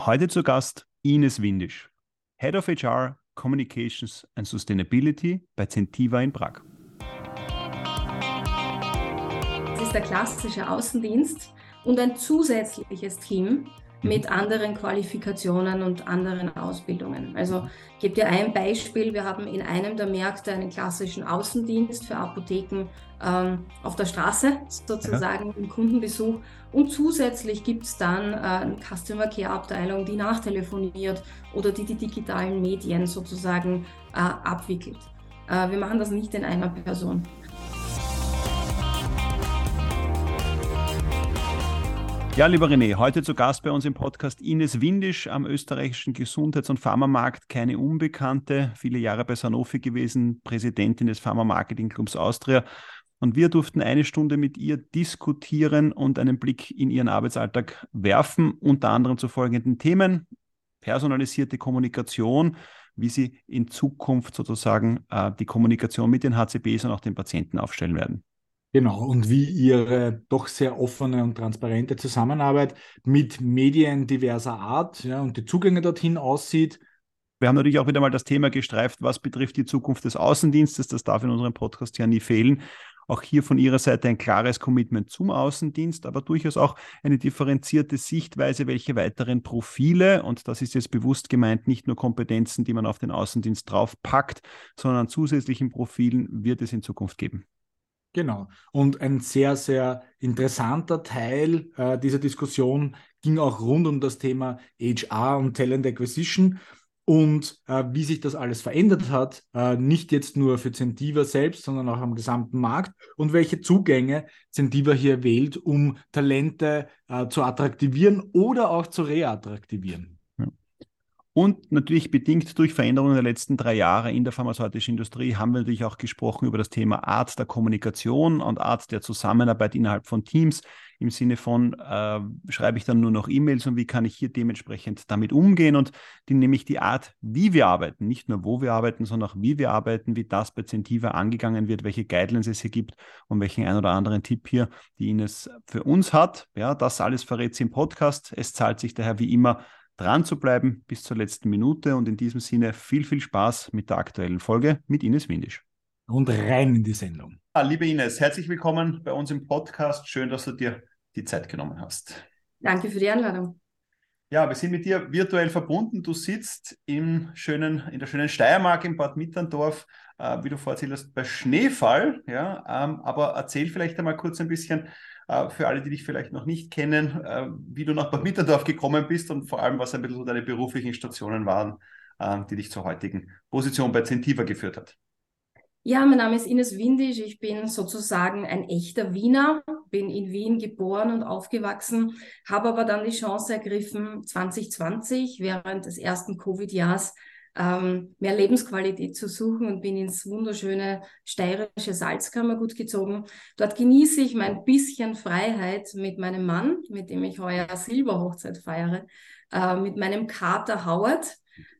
Heute zu Gast Ines Windisch, Head of HR, Communications and Sustainability bei Zentiva in Prag. Es ist der klassische Außendienst und ein zusätzliches Team mit anderen Qualifikationen und anderen Ausbildungen. Also ich gebe dir ein Beispiel. Wir haben in einem der Märkte einen klassischen Außendienst für Apotheken auf der Straße, sozusagen im Kundenbesuch. Und zusätzlich gibt es dann eine Customer Care Abteilung, die nachtelefoniert oder die digitalen Medien sozusagen abwickelt. Wir machen das nicht in einer Person. Ja, lieber René, heute zu Gast bei uns im Podcast Ines Windisch am österreichischen Gesundheits- und Pharmamarkt, keine Unbekannte, viele Jahre bei Sanofi gewesen, Präsidentin des Pharma-Marketing-Clubs Austria. Und wir durften eine Stunde mit ihr diskutieren und einen Blick in ihren Arbeitsalltag werfen, unter anderem zu folgenden Themen: personalisierte Kommunikation, wie sie in Zukunft sozusagen die Kommunikation mit den HCPs und auch den Patienten aufstellen werden. Genau, und wie Ihre doch sehr offene und transparente Zusammenarbeit mit Medien diverser Art, ja, und die Zugänge dorthin aussieht. Wir haben natürlich auch wieder mal das Thema gestreift, was betrifft die Zukunft des Außendienstes. Das darf in unserem Podcast ja nie fehlen. Auch hier von Ihrer Seite ein klares Commitment zum Außendienst, aber durchaus auch eine differenzierte Sichtweise, welche weiteren Profile, und das ist jetzt bewusst gemeint, nicht nur Kompetenzen, die man auf den Außendienst draufpackt, sondern an zusätzlichen Profilen wird es in Zukunft geben. Genau. Und ein sehr, sehr interessanter Teil dieser Diskussion ging auch rund um das Thema HR und Talent Acquisition und wie sich das alles verändert hat, nicht jetzt nur für Zentiva selbst, sondern auch am gesamten Markt und welche Zugänge Zentiva hier wählt, um Talente zu attraktivieren oder auch zu reattraktivieren. Und natürlich bedingt durch Veränderungen der letzten 3 Jahre in der pharmazeutischen Industrie haben wir natürlich auch gesprochen über das Thema Art der Kommunikation und Art der Zusammenarbeit innerhalb von Teams im Sinne von, schreibe ich dann nur noch E-Mails und wie kann ich hier dementsprechend damit umgehen, und nämlich die Art, wie wir arbeiten, nicht nur wo wir arbeiten, sondern auch wie wir arbeiten, wie das bei Zentiva angegangen wird, welche Guidelines es hier gibt und welchen ein oder anderen Tipp hier, die Ines für uns hat. Ja, das alles verrät sie im Podcast. Es zahlt sich daher wie immer, dran zu bleiben bis zur letzten Minute, und in diesem Sinne viel, viel Spaß mit der aktuellen Folge mit Ines Windisch. Und rein in die Sendung. Liebe Ines, herzlich willkommen bei uns im Podcast. Schön, dass du dir die Zeit genommen hast. Danke für die Einladung. Ja, wir sind mit dir virtuell verbunden. Du sitzt in der schönen Steiermark in Bad Mitterndorf, wie du vorhin erzählt hast, bei Schneefall. Ja, aber erzähl vielleicht einmal kurz ein bisschen, für alle, die dich vielleicht noch nicht kennen, wie du nach Bad Mitterndorf gekommen bist und vor allem, was ein bisschen so deine beruflichen Stationen waren, die dich zur heutigen Position bei Zentiva geführt hat. Ja, mein Name ist Ines Windisch. Ich bin sozusagen ein echter Wiener, bin in Wien geboren und aufgewachsen, habe aber dann die Chance ergriffen, 2020 während des ersten Covid-Jahres mehr Lebensqualität zu suchen und bin ins wunderschöne steirische Salzkammergut gezogen. Dort genieße ich mein bisschen Freiheit mit meinem Mann, mit dem ich heuer Silberhochzeit feiere, mit meinem Kater Howard.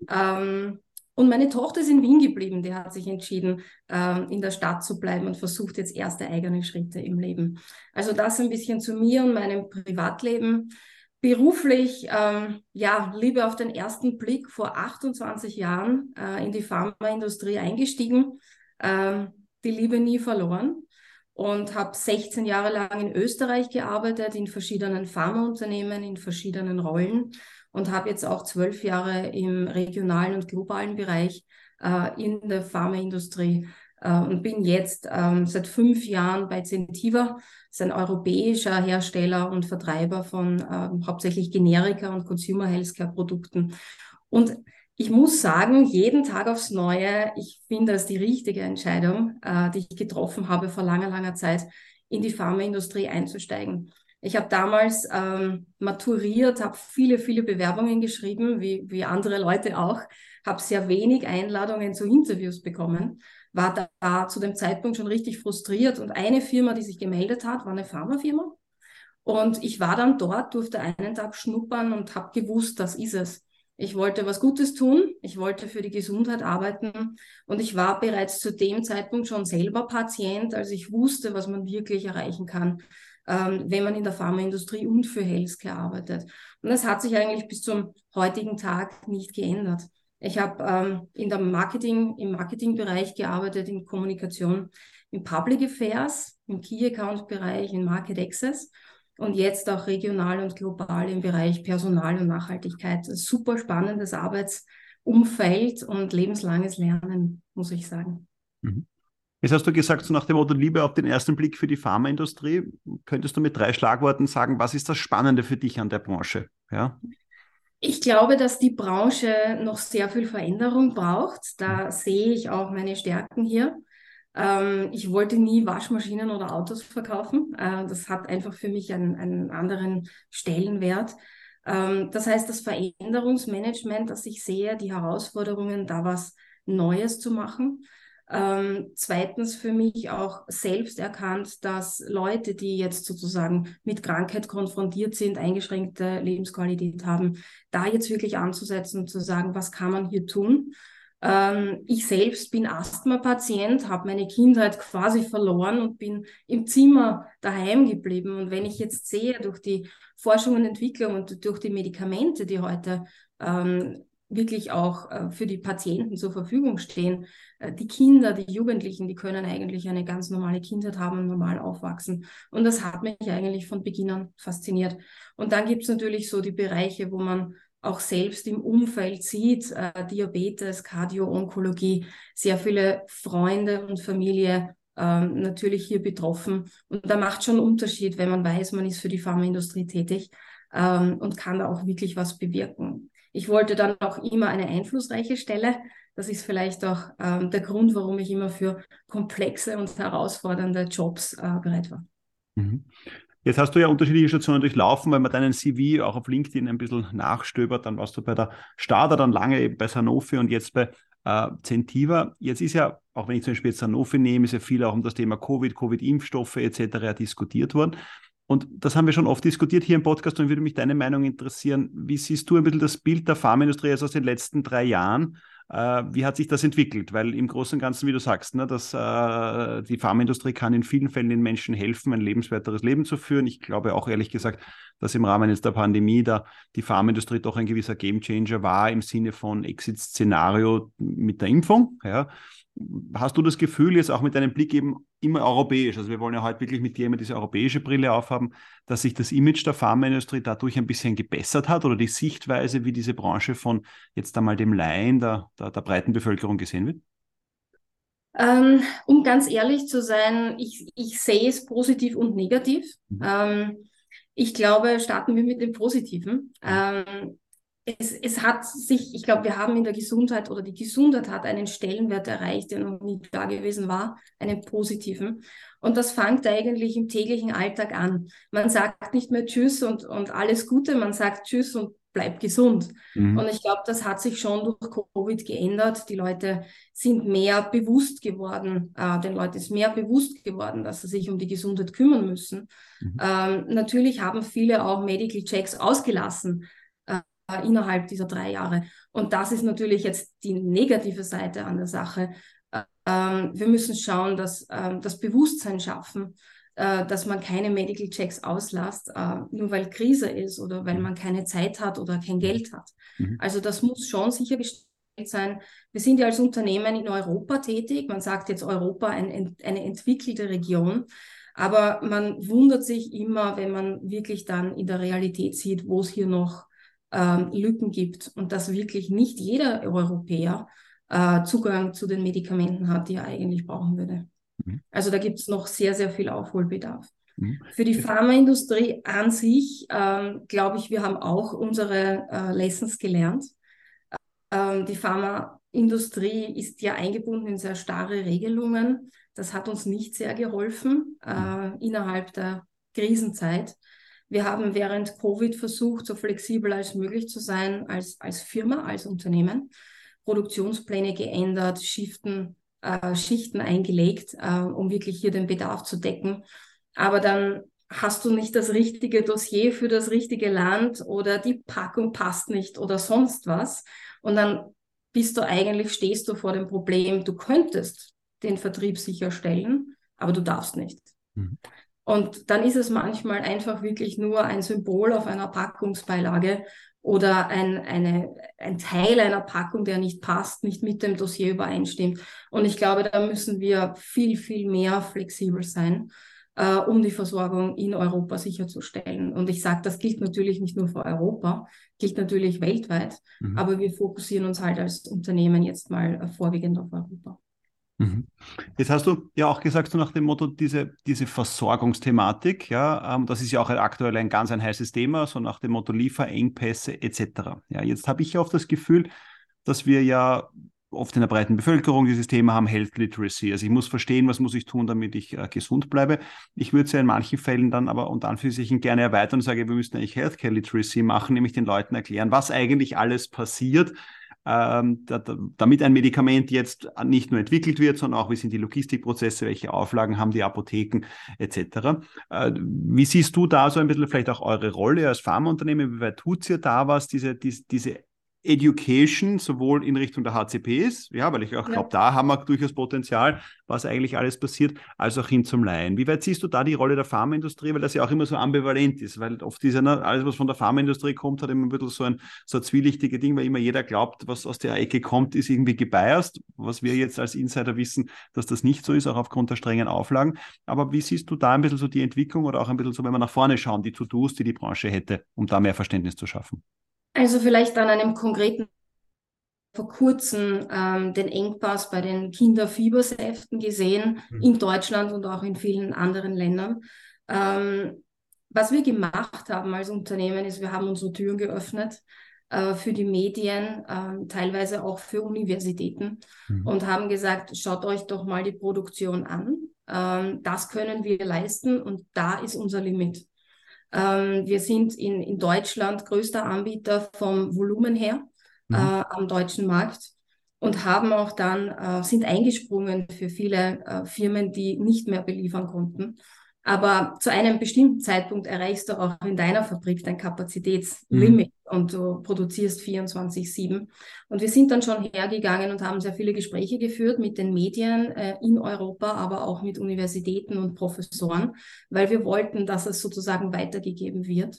Und meine Tochter ist in Wien geblieben. Die hat sich entschieden, in der Stadt zu bleiben und versucht jetzt erste eigene Schritte im Leben. Also das ein bisschen zu mir und meinem Privatleben. Beruflich, Liebe auf den ersten Blick, vor 28 Jahren in die Pharmaindustrie eingestiegen, die Liebe nie verloren und habe 16 Jahre lang in Österreich gearbeitet, in verschiedenen Pharmaunternehmen, in verschiedenen Rollen und habe jetzt auch 12 Jahre im regionalen und globalen Bereich in der Pharmaindustrie und bin jetzt seit 5 Jahren bei Zentiva. Das ist ein europäischer Hersteller und Vertreiber von hauptsächlich Generika und Consumer Healthcare Produkten. Und ich muss sagen, jeden Tag aufs Neue, ich finde es die richtige Entscheidung, die ich getroffen habe vor langer, langer Zeit, in die Pharmaindustrie einzusteigen. Ich habe damals maturiert, habe viele, viele Bewerbungen geschrieben, wie andere Leute auch, habe sehr wenig Einladungen zu Interviews bekommen, war da zu dem Zeitpunkt schon richtig frustriert, und eine Firma, die sich gemeldet hat, war eine Pharmafirma, und ich war dann dort, durfte einen Tag schnuppern und habe gewusst, das ist es. Ich wollte was Gutes tun, ich wollte für die Gesundheit arbeiten und ich war bereits zu dem Zeitpunkt schon selber Patient, also ich wusste, was man wirklich erreichen kann, wenn man in der Pharmaindustrie und für Healthcare arbeitet. Und Und das hat sich eigentlich bis zum heutigen Tag nicht geändert. Ich habe im Marketingbereich gearbeitet, in Kommunikation, in Public Affairs, im Key Account Bereich, in Market Access und jetzt auch regional und global im Bereich Personal und Nachhaltigkeit. Ein super spannendes Arbeitsumfeld und lebenslanges Lernen, muss ich sagen. Mhm. Jetzt hast du gesagt, so nach dem Motto Liebe auf den ersten Blick für die Pharmaindustrie. Könntest du mit 3 Schlagworten sagen, was ist das Spannende für dich an der Branche? Ja? Ich glaube, dass die Branche noch sehr viel Veränderung braucht. Da sehe ich auch meine Stärken hier. Ich wollte nie Waschmaschinen oder Autos verkaufen. Das hat einfach für mich einen anderen Stellenwert. Das heißt, das Veränderungsmanagement, das ich sehe, die Herausforderungen, da was Neues zu machen. Zweitens für mich auch selbst erkannt, dass Leute, die jetzt sozusagen mit Krankheit konfrontiert sind, eingeschränkte Lebensqualität haben, da jetzt wirklich anzusetzen und zu sagen, was kann man hier tun? Ich selbst bin Asthma-Patient, habe meine Kindheit quasi verloren und bin im Zimmer daheim geblieben. Und wenn ich jetzt sehe, durch die Forschung und Entwicklung und durch die Medikamente, die heute wirklich auch für die Patienten zur Verfügung stehen, die Kinder, die Jugendlichen, die können eigentlich eine ganz normale Kindheit haben und normal aufwachsen. Und das hat mich eigentlich von Beginn an fasziniert. Und dann gibt es natürlich so die Bereiche, wo man auch selbst im Umfeld sieht, Diabetes, Kardio-Onkologie, sehr viele Freunde und Familie natürlich hier betroffen. Und da macht schon einen Unterschied, wenn man weiß, man ist für die Pharmaindustrie tätig und kann da auch wirklich was bewirken. Ich wollte dann auch immer eine einflussreiche Stelle. Das ist vielleicht auch der Grund, warum ich immer für komplexe und herausfordernde Jobs bereit war. Mhm. Jetzt hast du ja unterschiedliche Stationen durchlaufen, weil man deinen CV auch auf LinkedIn ein bisschen nachstöbert. Dann warst du bei der Stada, dann lange eben bei Sanofi und jetzt bei Zentiva. Jetzt ist ja, auch wenn ich zum Beispiel jetzt Sanofi nehme, ist ja viel auch um das Thema Covid-Impfstoffe etc. diskutiert worden. Und das haben wir schon oft diskutiert hier im Podcast und würde mich deine Meinung interessieren. Wie siehst du ein bisschen das Bild der Pharmaindustrie aus den letzten 3 Jahren? Wie hat sich das entwickelt? Weil im Großen und Ganzen, wie du sagst, ne, dass die Pharmaindustrie kann in vielen Fällen den Menschen helfen, ein lebenswerteres Leben zu führen. Ich glaube auch ehrlich gesagt, dass im Rahmen jetzt der Pandemie da die Pharmaindustrie doch ein gewisser Gamechanger war im Sinne von Exit-Szenario mit der Impfung. Ja. Hast du das Gefühl, jetzt auch mit deinem Blick eben immer europäisch, also wir wollen ja heute wirklich mit dir immer diese europäische Brille aufhaben, dass sich das Image der Pharmaindustrie dadurch ein bisschen gebessert hat oder die Sichtweise, wie diese Branche von jetzt einmal dem Laien der breiten Bevölkerung gesehen wird? Um ganz ehrlich zu sein, ich sehe es positiv und negativ. Ich glaube, starten wir mit dem Positiven. Es hat sich, ich glaube, wir haben in der Gesundheit oder die Gesundheit hat einen Stellenwert erreicht, der noch nie da gewesen war, einen positiven. Und das fängt eigentlich im täglichen Alltag an. Man sagt nicht mehr Tschüss und alles Gute, man sagt Tschüss und bleib gesund. Und ich glaube, das hat sich schon durch Covid geändert. Die Leute sind mehr bewusst geworden, den Leuten ist mehr bewusst geworden, dass sie sich um die Gesundheit kümmern müssen. Natürlich haben viele auch Medical Checks ausgelassen innerhalb dieser 3 Jahre. Und das ist natürlich jetzt die negative Seite an der Sache. Wir müssen schauen, dass das Bewusstsein schaffen, dass man keine Medical Checks auslässt, nur weil Krise ist oder weil man keine Zeit hat oder kein Geld hat. Also das muss schon sichergestellt sein. Wir sind ja als Unternehmen in Europa tätig. Man sagt jetzt Europa eine entwickelte Region. Aber man wundert sich immer, wenn man wirklich dann in der Realität sieht, wo es hier noch Lücken gibt und dass wirklich nicht jeder Europäer Zugang zu den Medikamenten hat, die er eigentlich brauchen würde. Also da gibt es noch sehr, sehr viel Aufholbedarf. Für die Pharmaindustrie an sich, glaube ich, wir haben auch unsere Lessons gelernt. Die Pharmaindustrie ist ja eingebunden in sehr starre Regelungen. Das hat uns nicht sehr geholfen innerhalb der Krisenzeit. Wir haben während Covid versucht, so flexibel als möglich zu sein als Firma, als Unternehmen. Produktionspläne geändert, Schichten eingelegt, um wirklich hier den Bedarf zu decken. Aber dann hast du nicht das richtige Dossier für das richtige Land oder die Packung passt nicht oder sonst was. Und dann stehst du vor dem Problem, du könntest den Vertrieb sicherstellen, aber du darfst nicht. Und dann ist es manchmal einfach wirklich nur ein Symbol auf einer Packungsbeilage oder ein Teil einer Packung, der nicht passt, nicht mit dem Dossier übereinstimmt. Und ich glaube, da müssen wir viel, viel mehr flexibel sein, um die Versorgung in Europa sicherzustellen. Und ich sage, das gilt natürlich nicht nur für Europa, gilt natürlich weltweit, aber wir fokussieren uns halt als Unternehmen jetzt mal vorwiegend auf Europa. Jetzt hast du ja auch gesagt, so nach dem Motto, diese Versorgungsthematik, ja, das ist ja auch aktuell ein ganz heißes Thema, so nach dem Motto Lieferengpässe etc. Ja, jetzt habe ich ja oft das Gefühl, dass wir ja oft in der breiten Bevölkerung dieses Thema haben, Health Literacy. Also ich muss verstehen, was muss ich tun, damit ich gesund bleibe. Ich würde es ja in manchen Fällen dann aber unter Anführungszeichen gerne erweitern und sage, wir müssen eigentlich Healthcare Literacy machen, nämlich den Leuten erklären, was eigentlich alles passiert, damit ein Medikament jetzt nicht nur entwickelt wird, sondern auch, wie sind die Logistikprozesse, welche Auflagen haben die Apotheken etc. Wie siehst du da so ein bisschen vielleicht auch eure Rolle als Pharmaunternehmen? Wie weit tut ihr da was, diese Education, sowohl in Richtung der HCPs, ja, weil ich auch glaube, da haben wir durchaus Potenzial, was eigentlich alles passiert, als auch hin zum Laien. Wie weit siehst du da die Rolle der Pharmaindustrie, weil das ja auch immer so ambivalent ist, weil oft ist ja, alles, was von der Pharmaindustrie kommt, hat immer ein bisschen so ein zwielichtige Ding, weil immer jeder glaubt, was aus der Ecke kommt, ist irgendwie gebiased, was wir jetzt als Insider wissen, dass das nicht so ist, auch aufgrund der strengen Auflagen. Aber wie siehst du da ein bisschen so die Entwicklung oder auch ein bisschen so, wenn wir nach vorne schauen, die To-Dos, die Branche hätte, um da mehr Verständnis zu schaffen? Also vielleicht an einem konkreten, vor kurzem den Engpass bei den Kinderfiebersäften gesehen, in Deutschland und auch in vielen anderen Ländern. Was wir gemacht haben als Unternehmen ist, wir haben unsere Türen geöffnet für die Medien, teilweise auch für Universitäten und haben gesagt, schaut euch doch mal die Produktion an. Das können wir leisten und da ist unser Limit. Wir sind in Deutschland größter Anbieter vom Volumen her am deutschen Markt und haben auch dann, sind eingesprungen für viele Firmen, die nicht mehr beliefern konnten. Aber zu einem bestimmten Zeitpunkt erreichst du auch in deiner Fabrik dein Kapazitätslimit und du produzierst 24/7. Und wir sind dann schon hergegangen und haben sehr viele Gespräche geführt mit den Medien in Europa, aber auch mit Universitäten und Professoren, weil wir wollten, dass es sozusagen weitergegeben wird.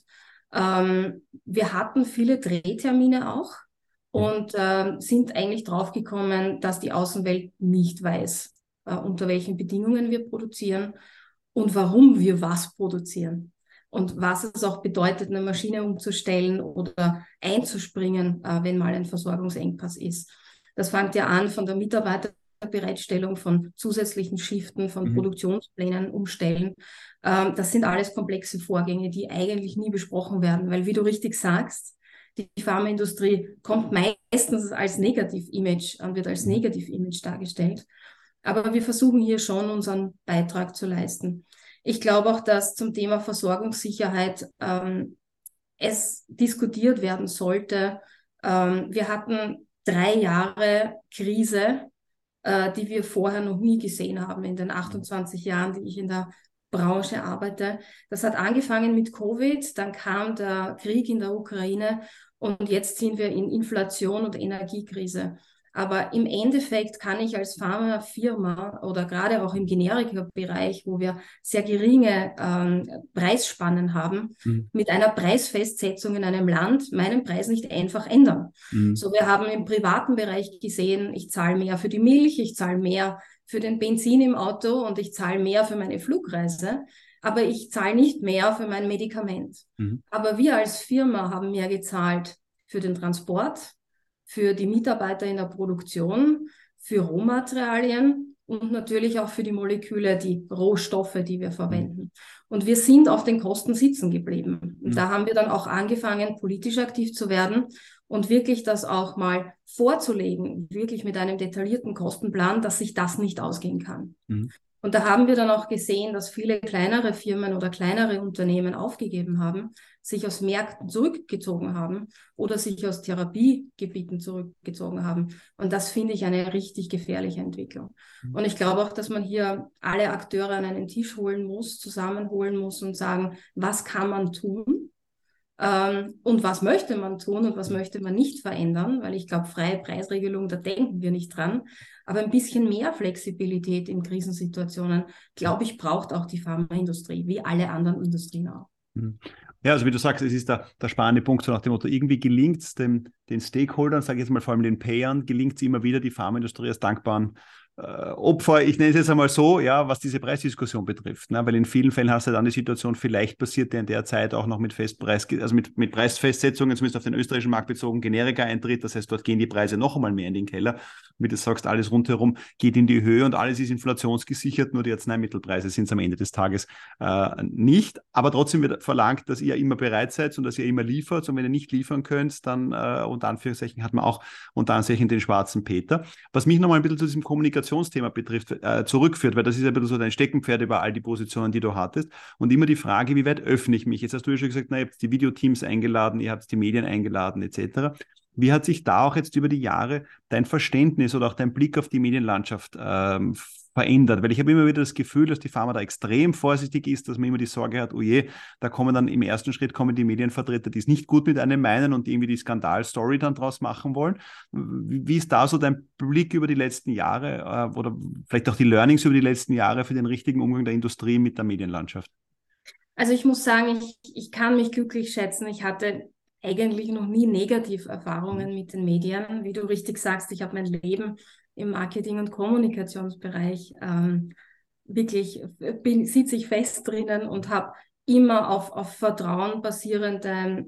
Wir hatten viele Drehtermine auch und sind eigentlich draufgekommen, dass die Außenwelt nicht weiß, unter welchen Bedingungen wir produzieren und warum wir was produzieren und was es auch bedeutet, eine Maschine umzustellen oder einzuspringen, wenn mal ein Versorgungsengpass ist. Das fängt ja an von der Mitarbeiterbereitstellung, von zusätzlichen Shiften, von Produktionsplänen umstellen. Das sind alles komplexe Vorgänge, die eigentlich nie besprochen werden, weil, wie du richtig sagst, die Pharmaindustrie kommt meistens als Negativ-Image, wird als Negativ-Image dargestellt. Aber wir versuchen hier schon unseren Beitrag zu leisten. Ich glaube auch, dass zum Thema Versorgungssicherheit es diskutiert werden sollte. Wir hatten 3 Jahre Krise, die wir vorher noch nie gesehen haben in den 28 Jahren, die ich in der Branche arbeite. Das hat angefangen mit Covid, dann kam der Krieg in der Ukraine und jetzt sind wir in Inflation und Energiekrise. Aber im Endeffekt kann ich als Pharmafirma oder gerade auch im Generika-Bereich, wo wir sehr geringe Preisspannen haben, mit einer Preisfestsetzung in einem Land meinen Preis nicht einfach ändern. So, wir haben im privaten Bereich gesehen, ich zahle mehr für die Milch, ich zahle mehr für den Benzin im Auto und ich zahle mehr für meine Flugreise, aber ich zahle nicht mehr für mein Medikament. Aber wir als Firma haben mehr gezahlt für den Transport, für die Mitarbeiter in der Produktion, für Rohmaterialien und natürlich auch für die Moleküle, die Rohstoffe, die wir verwenden. Und wir sind auf den Kosten sitzen geblieben. Und da haben wir dann auch angefangen, politisch aktiv zu werden und wirklich das auch mal vorzulegen, wirklich mit einem detaillierten Kostenplan, dass sich das nicht ausgehen kann. Und da haben wir dann auch gesehen, dass viele kleinere Firmen oder kleinere Unternehmen aufgegeben haben, sich aus Märkten zurückgezogen haben oder sich aus Therapiegebieten zurückgezogen haben. Und das finde ich eine richtig gefährliche Entwicklung. Und ich glaube auch, dass man hier alle Akteure an einen Tisch holen muss, zusammenholen muss und sagen, was kann man tun, Und was möchte man tun und was möchte man nicht verändern? Weil ich glaube, freie Preisregelung, da denken wir nicht dran. Aber ein bisschen mehr Flexibilität in Krisensituationen, glaube ich, braucht auch die Pharmaindustrie, wie alle anderen Industrien auch. Ja, also wie du sagst, es ist der spannende Punkt, so nach dem Motto, irgendwie gelingt es den Stakeholdern, sage ich jetzt mal vor allem den Payern, gelingt es immer wieder, die Pharmaindustrie als dankbaren Opfer, ich nenne es jetzt einmal so, ja, was diese Preisdiskussion betrifft. Ne? Weil in vielen Fällen hast du dann die Situation, vielleicht passiert ja in der Zeit auch noch mit Festpreis, also mit Preisfestsetzungen, zumindest auf den österreichischen Markt bezogen, Generika-Eintritt. Das heißt, dort gehen die Preise noch einmal mehr in den Keller. Wie du sagst, alles rundherum geht in die Höhe und alles ist inflationsgesichert, nur die Arzneimittelpreise sind es am Ende des Tages nicht. Aber trotzdem wird verlangt, dass ihr immer bereit seid und dass ihr immer liefert. Und wenn ihr nicht liefern könnt, dann unter Anführungszeichen hat man auch unter Anführungszeichen den schwarzen Peter. Was mich nochmal ein bisschen zu diesem Kommunikationsthema betrifft, zurückführt, weil das ist ein bisschen so dein Steckenpferd über all die Positionen, die du hattest. Und immer die Frage, wie weit öffne ich mich? Jetzt hast du ja schon gesagt, na, ihr habt die Videoteams eingeladen, ihr habt die Medien eingeladen, etc. Wie hat sich da auch jetzt über die Jahre dein Verständnis oder auch dein Blick auf die Medienlandschaft verändert? Weil ich habe immer wieder das Gefühl, dass die Pharma da extrem vorsichtig ist, dass man immer die Sorge hat, oh je, da kommen dann im ersten Schritt die Medienvertreter, die es nicht gut mit einem meinen und die irgendwie die Skandalstory dann draus machen wollen. Wie ist da so dein Blick über die letzten Jahre oder vielleicht auch die Learnings über die letzten Jahre für den richtigen Umgang der Industrie mit der Medienlandschaft? Also ich muss sagen, ich kann mich glücklich schätzen. Ich hatte eigentlich noch nie Negativerfahrungen mit den Medien. Wie du richtig sagst, ich habe mein Leben im Marketing- und Kommunikationsbereich wirklich, sitze ich fest drinnen und habe immer auf Vertrauen basierende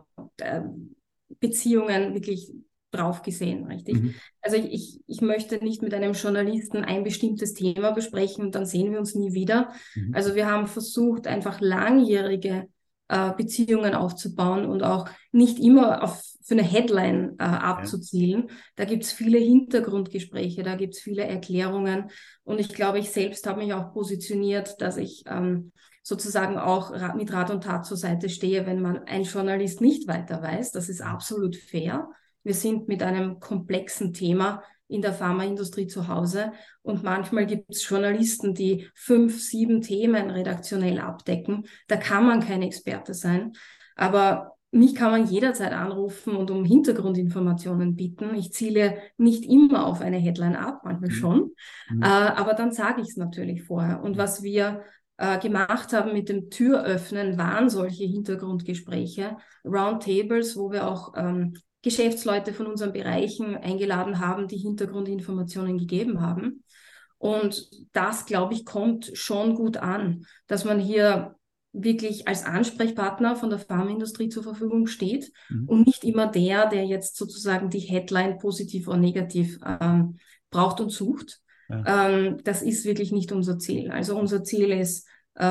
Beziehungen wirklich drauf gesehen, richtig? Also ich möchte nicht mit einem Journalisten ein bestimmtes Thema besprechen und dann sehen wir uns nie wieder. Also wir haben versucht, einfach langjährige Beziehungen aufzubauen und auch nicht immer für eine Headline abzuzielen. Da gibt es viele Hintergrundgespräche, da gibt es viele Erklärungen und ich glaube, ich selbst habe mich auch positioniert, dass ich sozusagen auch mit Rat und Tat zur Seite stehe, wenn man ein Journalist nicht weiter weiß. Das ist absolut fair. Wir sind mit einem komplexen Thema in der Pharmaindustrie zu Hause und manchmal gibt es Journalisten, die 5, 7 Themen redaktionell abdecken. Da kann man kein Experte sein, aber mich kann man jederzeit anrufen und um Hintergrundinformationen bitten. Ich ziele nicht immer auf eine Headline ab, manchmal schon, aber dann sage ich es natürlich vorher. Und was wir gemacht haben mit dem Türöffnen, waren solche Hintergrundgespräche, Roundtables, wo wir auch Geschäftsleute von unseren Bereichen eingeladen haben, die Hintergrundinformationen gegeben haben. Und das, glaube ich, kommt schon gut an, dass man hier wirklich als Ansprechpartner von der Pharmaindustrie zur Verfügung steht und nicht immer der jetzt sozusagen die Headline positiv oder negativ braucht und sucht. Ja. Das ist wirklich nicht unser Ziel. Also unser Ziel ist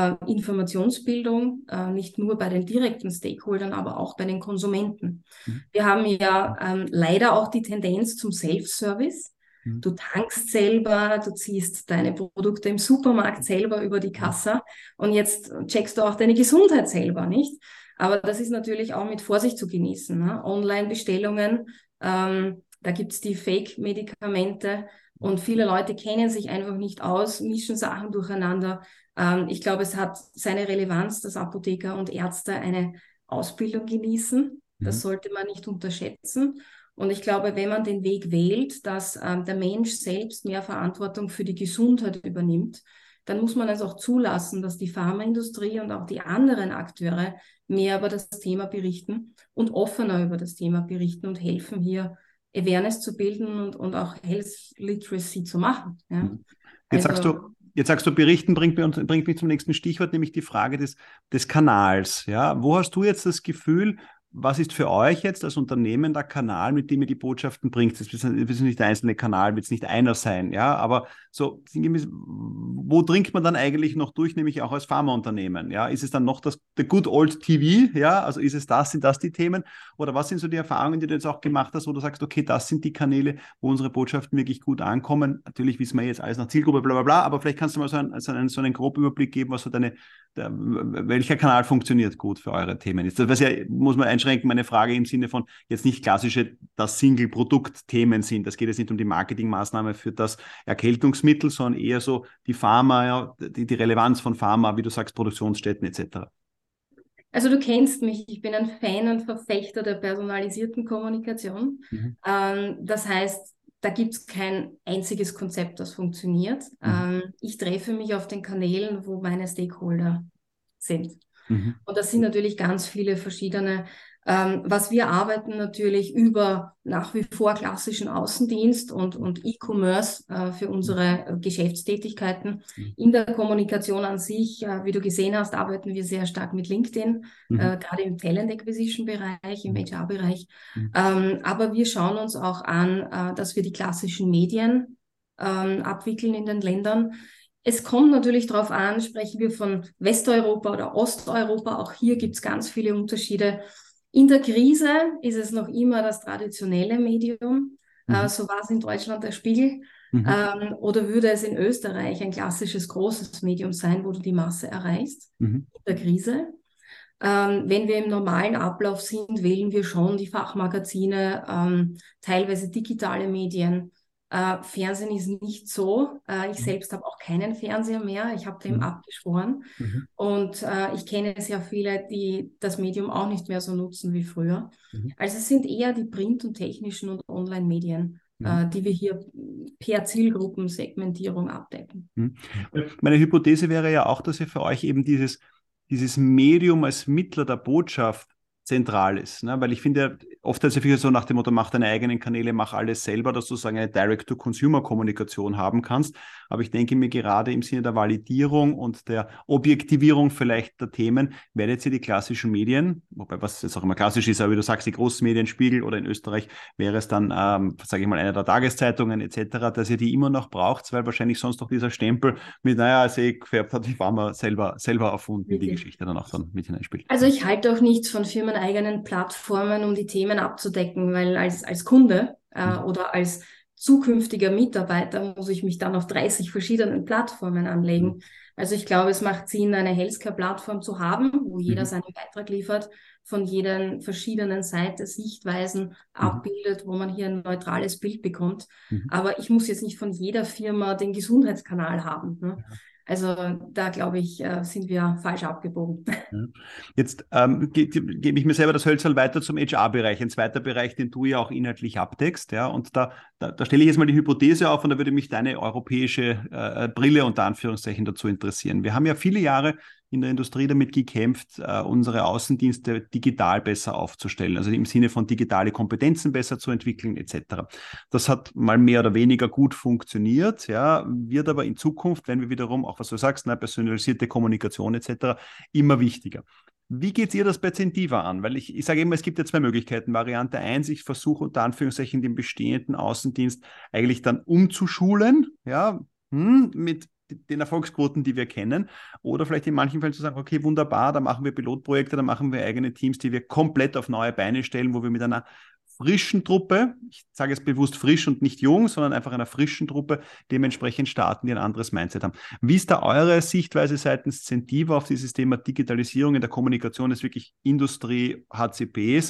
Informationsbildung, nicht nur bei den direkten Stakeholdern, aber auch bei den Konsumenten. Wir haben ja leider auch die Tendenz zum Self-Service. Du tankst selber, du ziehst deine Produkte im Supermarkt selber über die Kasse und jetzt checkst du auch deine Gesundheit selber, nicht? Aber das ist natürlich auch mit Vorsicht zu genießen. Ne? Online-Bestellungen, da gibt's die Fake-Medikamente und viele Leute kennen sich einfach nicht aus, mischen Sachen durcheinander. Ich glaube, es hat seine Relevanz, dass Apotheker und Ärzte eine Ausbildung genießen. Das sollte man nicht unterschätzen. Und ich glaube, wenn man den Weg wählt, dass der Mensch selbst mehr Verantwortung für die Gesundheit übernimmt, dann muss man es auch zulassen, dass die Pharmaindustrie und auch die anderen Akteure mehr über das Thema berichten und offener über das Thema berichten und helfen, hier Awareness zu bilden und auch Health Literacy zu machen. Ja? Jetzt sagst du, berichten bringt mich zum nächsten Stichwort, nämlich die Frage des Kanals. Ja? Wo hast du jetzt das Gefühl, was ist für euch jetzt als Unternehmen der Kanal, mit dem ihr die Botschaften bringt? Das ist nicht der einzelne Kanal, wird es nicht einer sein, ja, aber so, wo dringt man dann eigentlich noch durch, nämlich auch als Pharmaunternehmen? Ja? Ist es dann noch the good old TV, ja, also sind das die Themen? Oder was sind so die Erfahrungen, die du jetzt auch gemacht hast, wo du sagst, okay, das sind die Kanäle, wo unsere Botschaften wirklich gut ankommen? Natürlich wissen wir jetzt alles nach Zielgruppe, bla bla bla, aber vielleicht kannst du mal so einen groben Überblick geben, was so welcher Kanal funktioniert gut für eure Themen? Jetzt, das ja, muss man einschränken, meine Frage im Sinne von jetzt nicht klassische, das Single-Produkt-Themen sind. Das geht jetzt nicht um die Marketingmaßnahme für das Erkältungsmittel, sondern eher so die Pharma, ja, die Relevanz von Pharma, wie du sagst, Produktionsstätten etc. Also du kennst mich, ich bin ein Fan und Verfechter der personalisierten Kommunikation. Das heißt, da gibt es kein einziges Konzept, das funktioniert. Ich treffe mich auf den Kanälen, wo meine Stakeholder sind. Und das sind natürlich ganz viele verschiedene. Was wir arbeiten natürlich über nach wie vor klassischen Außendienst und E-Commerce für unsere Geschäftstätigkeiten. In der Kommunikation an sich, wie du gesehen hast, arbeiten wir sehr stark mit LinkedIn, gerade im Talent Acquisition Bereich, im HR-Bereich. Aber wir schauen uns auch an, dass wir die klassischen Medien abwickeln in den Ländern. Es kommt natürlich darauf an, sprechen wir von Westeuropa oder Osteuropa, auch hier gibt es ganz viele Unterschiede. In der Krise ist es noch immer das traditionelle Medium, so war es in Deutschland der Spiegel, oder würde es in Österreich ein klassisches großes Medium sein, wo du die Masse erreichst in der Krise. Wenn wir im normalen Ablauf sind, wählen wir schon die Fachmagazine, teilweise digitale Medien. Fernsehen ist nicht so. Ich selbst habe auch keinen Fernseher mehr. Ich habe dem abgeschworen. Und ich kenne sehr viele, die das Medium auch nicht mehr so nutzen wie früher. Also es sind eher die Print- und technischen und Online-Medien, die wir hier per Zielgruppensegmentierung abdecken. Meine Hypothese wäre ja auch, dass ihr für euch eben dieses Medium als Mittler der Botschaft zentral ist. Ne? Weil ich finde, oft ist es ja so nach dem Motto, mach deine eigenen Kanäle, mach alles selber, dass du sozusagen eine Direct-to-Consumer-Kommunikation haben kannst. Aber ich denke mir gerade im Sinne der Validierung und der Objektivierung vielleicht der Themen, werdet ihr die klassischen Medien, wobei was jetzt auch immer klassisch ist, aber wie du sagst, die großen Medien, Spiegel oder in Österreich wäre es dann, sage ich mal, einer der Tageszeitungen etc., dass ihr die immer noch braucht, weil wahrscheinlich sonst doch dieser Stempel mit, naja, gefärbt hat, die waren wir selber erfunden, die Geschichte dann auch dann mit hineinspielt. Also ich halte auch nichts von firmeneigenen Plattformen, um die Themen abzudecken, weil als Kunde oder als zukünftiger Mitarbeiter muss ich mich dann auf 30 verschiedenen Plattformen anlegen. Also ich glaube, es macht Sinn, eine Healthcare-Plattform zu haben, wo jeder seinen Beitrag liefert, von jeder verschiedenen Seite Sichtweisen abbildet, wo man hier ein neutrales Bild bekommt. Aber ich muss jetzt nicht von jeder Firma den Gesundheitskanal haben. Ne? Also da, glaube ich, sind wir falsch abgebogen. Ja. Jetzt gebe ich mir selber das Hölzerl weiter zum HR-Bereich, ein zweiter Bereich, den du ja auch inhaltlich abdeckst. Ja? Und da stelle ich jetzt mal die Hypothese auf und da würde mich deine europäische Brille unter Anführungszeichen dazu interessieren. Wir haben ja viele Jahre in der Industrie damit gekämpft, unsere Außendienste digital besser aufzustellen, also im Sinne von digitale Kompetenzen besser zu entwickeln etc. Das hat mal mehr oder weniger gut funktioniert, ja, wird aber in Zukunft, wenn wir wiederum, auch was du sagst, personalisierte Kommunikation etc., immer wichtiger. Wie geht ihr das bei Zentiva an? Weil ich sage immer, es gibt ja zwei Möglichkeiten. Variante 1, ich versuche unter Anführungszeichen den bestehenden Außendienst eigentlich dann umzuschulen, ja, mit den Erfolgsquoten, die wir kennen. Oder vielleicht in manchen Fällen zu sagen, okay, wunderbar, da machen wir Pilotprojekte, da machen wir eigene Teams, die wir komplett auf neue Beine stellen, wo wir mit einer frischen Truppe, ich sage jetzt bewusst frisch und nicht jung, sondern einfach einer frischen Truppe dementsprechend starten, die ein anderes Mindset haben. Wie ist da eure Sichtweise seitens Zentiva auf dieses Thema Digitalisierung in der Kommunikation des wirklich Industrie, HCPs,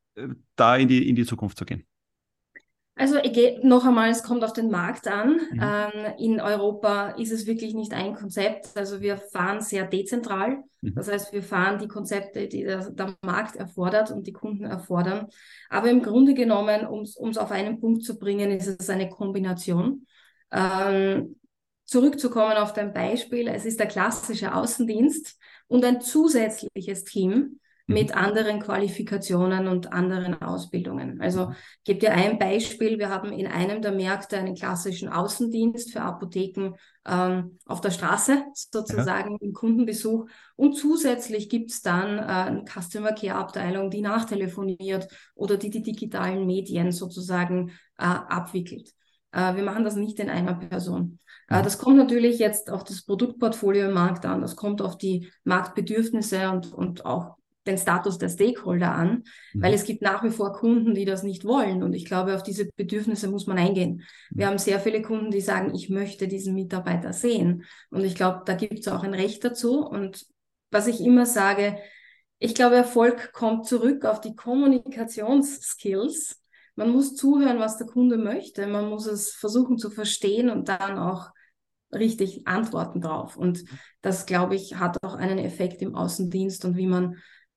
da in die Zukunft zu gehen? Also noch einmal, es kommt auf den Markt an. In Europa ist es wirklich nicht ein Konzept. Also wir fahren sehr dezentral. Das heißt, wir fahren die Konzepte, die der Markt erfordert und die Kunden erfordern. Aber im Grunde genommen, um es auf einen Punkt zu bringen, ist es eine Kombination. Zurückzukommen auf dein Beispiel, es ist der klassische Außendienst und ein zusätzliches Team mit anderen Qualifikationen und anderen Ausbildungen. Also ich gebe dir ein Beispiel. Wir haben in einem der Märkte einen klassischen Außendienst für Apotheken auf der Straße, sozusagen im Kundenbesuch. Und zusätzlich gibt es dann eine Customer Care Abteilung, die nachtelefoniert oder die digitalen Medien sozusagen abwickelt. Wir machen das nicht in einer Person. Das kommt natürlich jetzt auf das Produktportfolio im Markt an. Das kommt auf die Marktbedürfnisse und auch den Status der Stakeholder an, weil es gibt nach wie vor Kunden, die das nicht wollen. Und ich glaube, auf diese Bedürfnisse muss man eingehen. Wir haben sehr viele Kunden, die sagen, ich möchte diesen Mitarbeiter sehen. Und ich glaube, da gibt es auch ein Recht dazu. Und was ich immer sage, ich glaube, Erfolg kommt zurück auf die Kommunikationsskills. Man muss zuhören, was der Kunde möchte. Man muss es versuchen zu verstehen und dann auch richtig antworten drauf. Und das, glaube ich, hat auch einen Effekt im Außendienst und wie man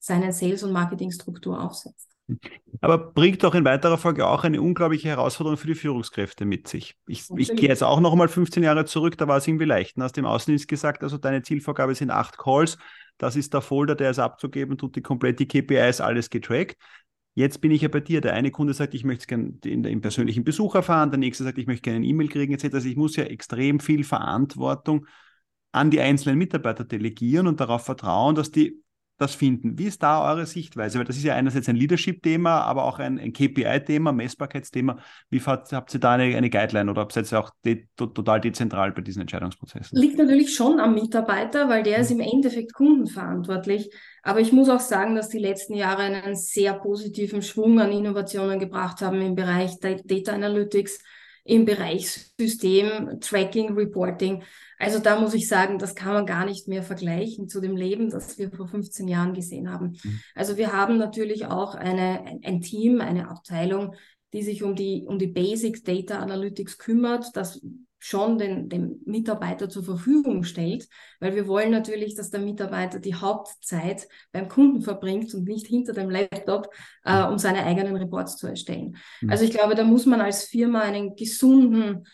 seine Sales- und Marketingstruktur aufsetzt. Aber bringt doch in weiterer Folge auch eine unglaubliche Herausforderung für die Führungskräfte mit sich. Ich gehe jetzt auch noch mal 15 Jahre zurück, da war es irgendwie leicht. Du hast im Außendienst gesagt, also deine Zielvorgabe sind 8 Calls, das ist der Folder, der ist abzugeben, tut die komplett die KPIs, alles getrackt. Jetzt bin ich ja bei dir. Der eine Kunde sagt, ich möchte es gerne im persönlichen Besuch erfahren, der nächste sagt, ich möchte gerne eine E-Mail kriegen, etc. Also ich muss ja extrem viel Verantwortung an die einzelnen Mitarbeiter delegieren und darauf vertrauen, dass die das finden. Wie ist da eure Sichtweise? Weil das ist ja einerseits ein Leadership-Thema, aber auch ein KPI-Thema, Messbarkeitsthema. Wie habt ihr da eine Guideline oder seid ihr auch total dezentral bei diesen Entscheidungsprozessen? Liegt natürlich schon am Mitarbeiter, weil der ist im Endeffekt kundenverantwortlich. Aber ich muss auch sagen, dass die letzten Jahre einen sehr positiven Schwung an Innovationen gebracht haben im Bereich Data Analytics, im Bereich System, Tracking, Reporting. Also da muss ich sagen, das kann man gar nicht mehr vergleichen zu dem Leben, das wir vor 15 Jahren gesehen haben. Also wir haben natürlich auch ein Team, eine Abteilung, die sich um die Basic Data Analytics kümmert, das schon dem Mitarbeiter zur Verfügung stellt, weil wir wollen natürlich, dass der Mitarbeiter die Hauptzeit beim Kunden verbringt und nicht hinter dem Laptop, um seine eigenen Reports zu erstellen. Also ich glaube, da muss man als Firma einen gesunden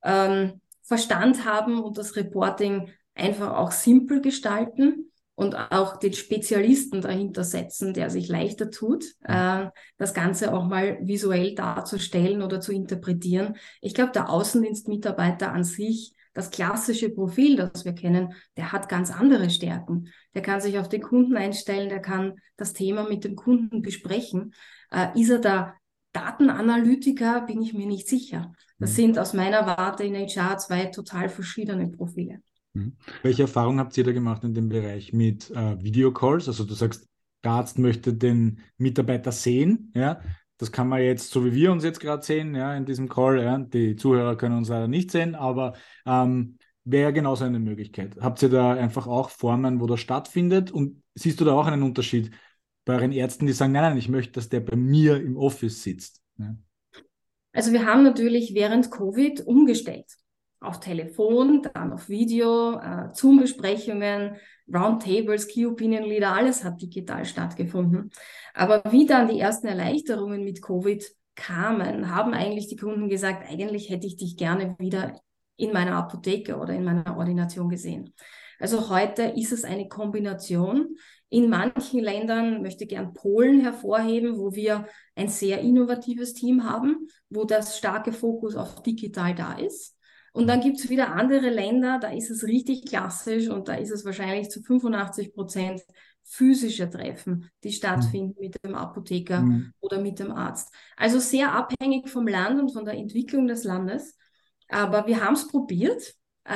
Verstand haben und das Reporting einfach auch simpel gestalten und auch den Spezialisten dahinter setzen, der sich leichter tut, das Ganze auch mal visuell darzustellen oder zu interpretieren. Ich glaube, der Außendienstmitarbeiter an sich, das klassische Profil, das wir kennen, der hat ganz andere Stärken. Der kann sich auf den Kunden einstellen, der kann das Thema mit dem Kunden besprechen. Ist er da Datenanalytiker, bin ich mir nicht sicher. Das sind aus meiner Warte in HR zwei total verschiedene Profile. Welche Erfahrungen habt ihr da gemacht in dem Bereich mit Videocalls? Also du sagst, der Arzt möchte den Mitarbeiter sehen, ja. Das kann man jetzt, so wie wir uns jetzt gerade sehen, ja, in diesem Call, ja. Die Zuhörer können uns leider nicht sehen, aber wäre genauso eine Möglichkeit. Habt ihr da einfach auch Formen, wo das stattfindet? Und siehst du da auch einen Unterschied bei euren Ärzten, die sagen, nein, nein, ich möchte, dass der bei mir im Office sitzt? Ja? Also wir haben natürlich während Covid umgestellt. Auf Telefon, dann auf Video, Zoom-Besprechungen, Roundtables, Key Opinion Leader, alles hat digital stattgefunden. Aber wie dann die ersten Erleichterungen mit Covid kamen, haben eigentlich die Kunden gesagt, eigentlich hätte ich dich gerne wieder in meiner Apotheke oder in meiner Ordination gesehen. Also heute ist es eine Kombination. In manchen Ländern möchte ich gern Polen hervorheben, wo wir ein sehr innovatives Team haben, wo das starke Fokus auf digital da ist. Und dann gibt es wieder andere Länder, da ist es richtig klassisch und da ist es wahrscheinlich zu 85% physische Treffen, die stattfinden mit dem Apotheker oder mit dem Arzt. Also sehr abhängig vom Land und von der Entwicklung des Landes. Aber wir haben es probiert.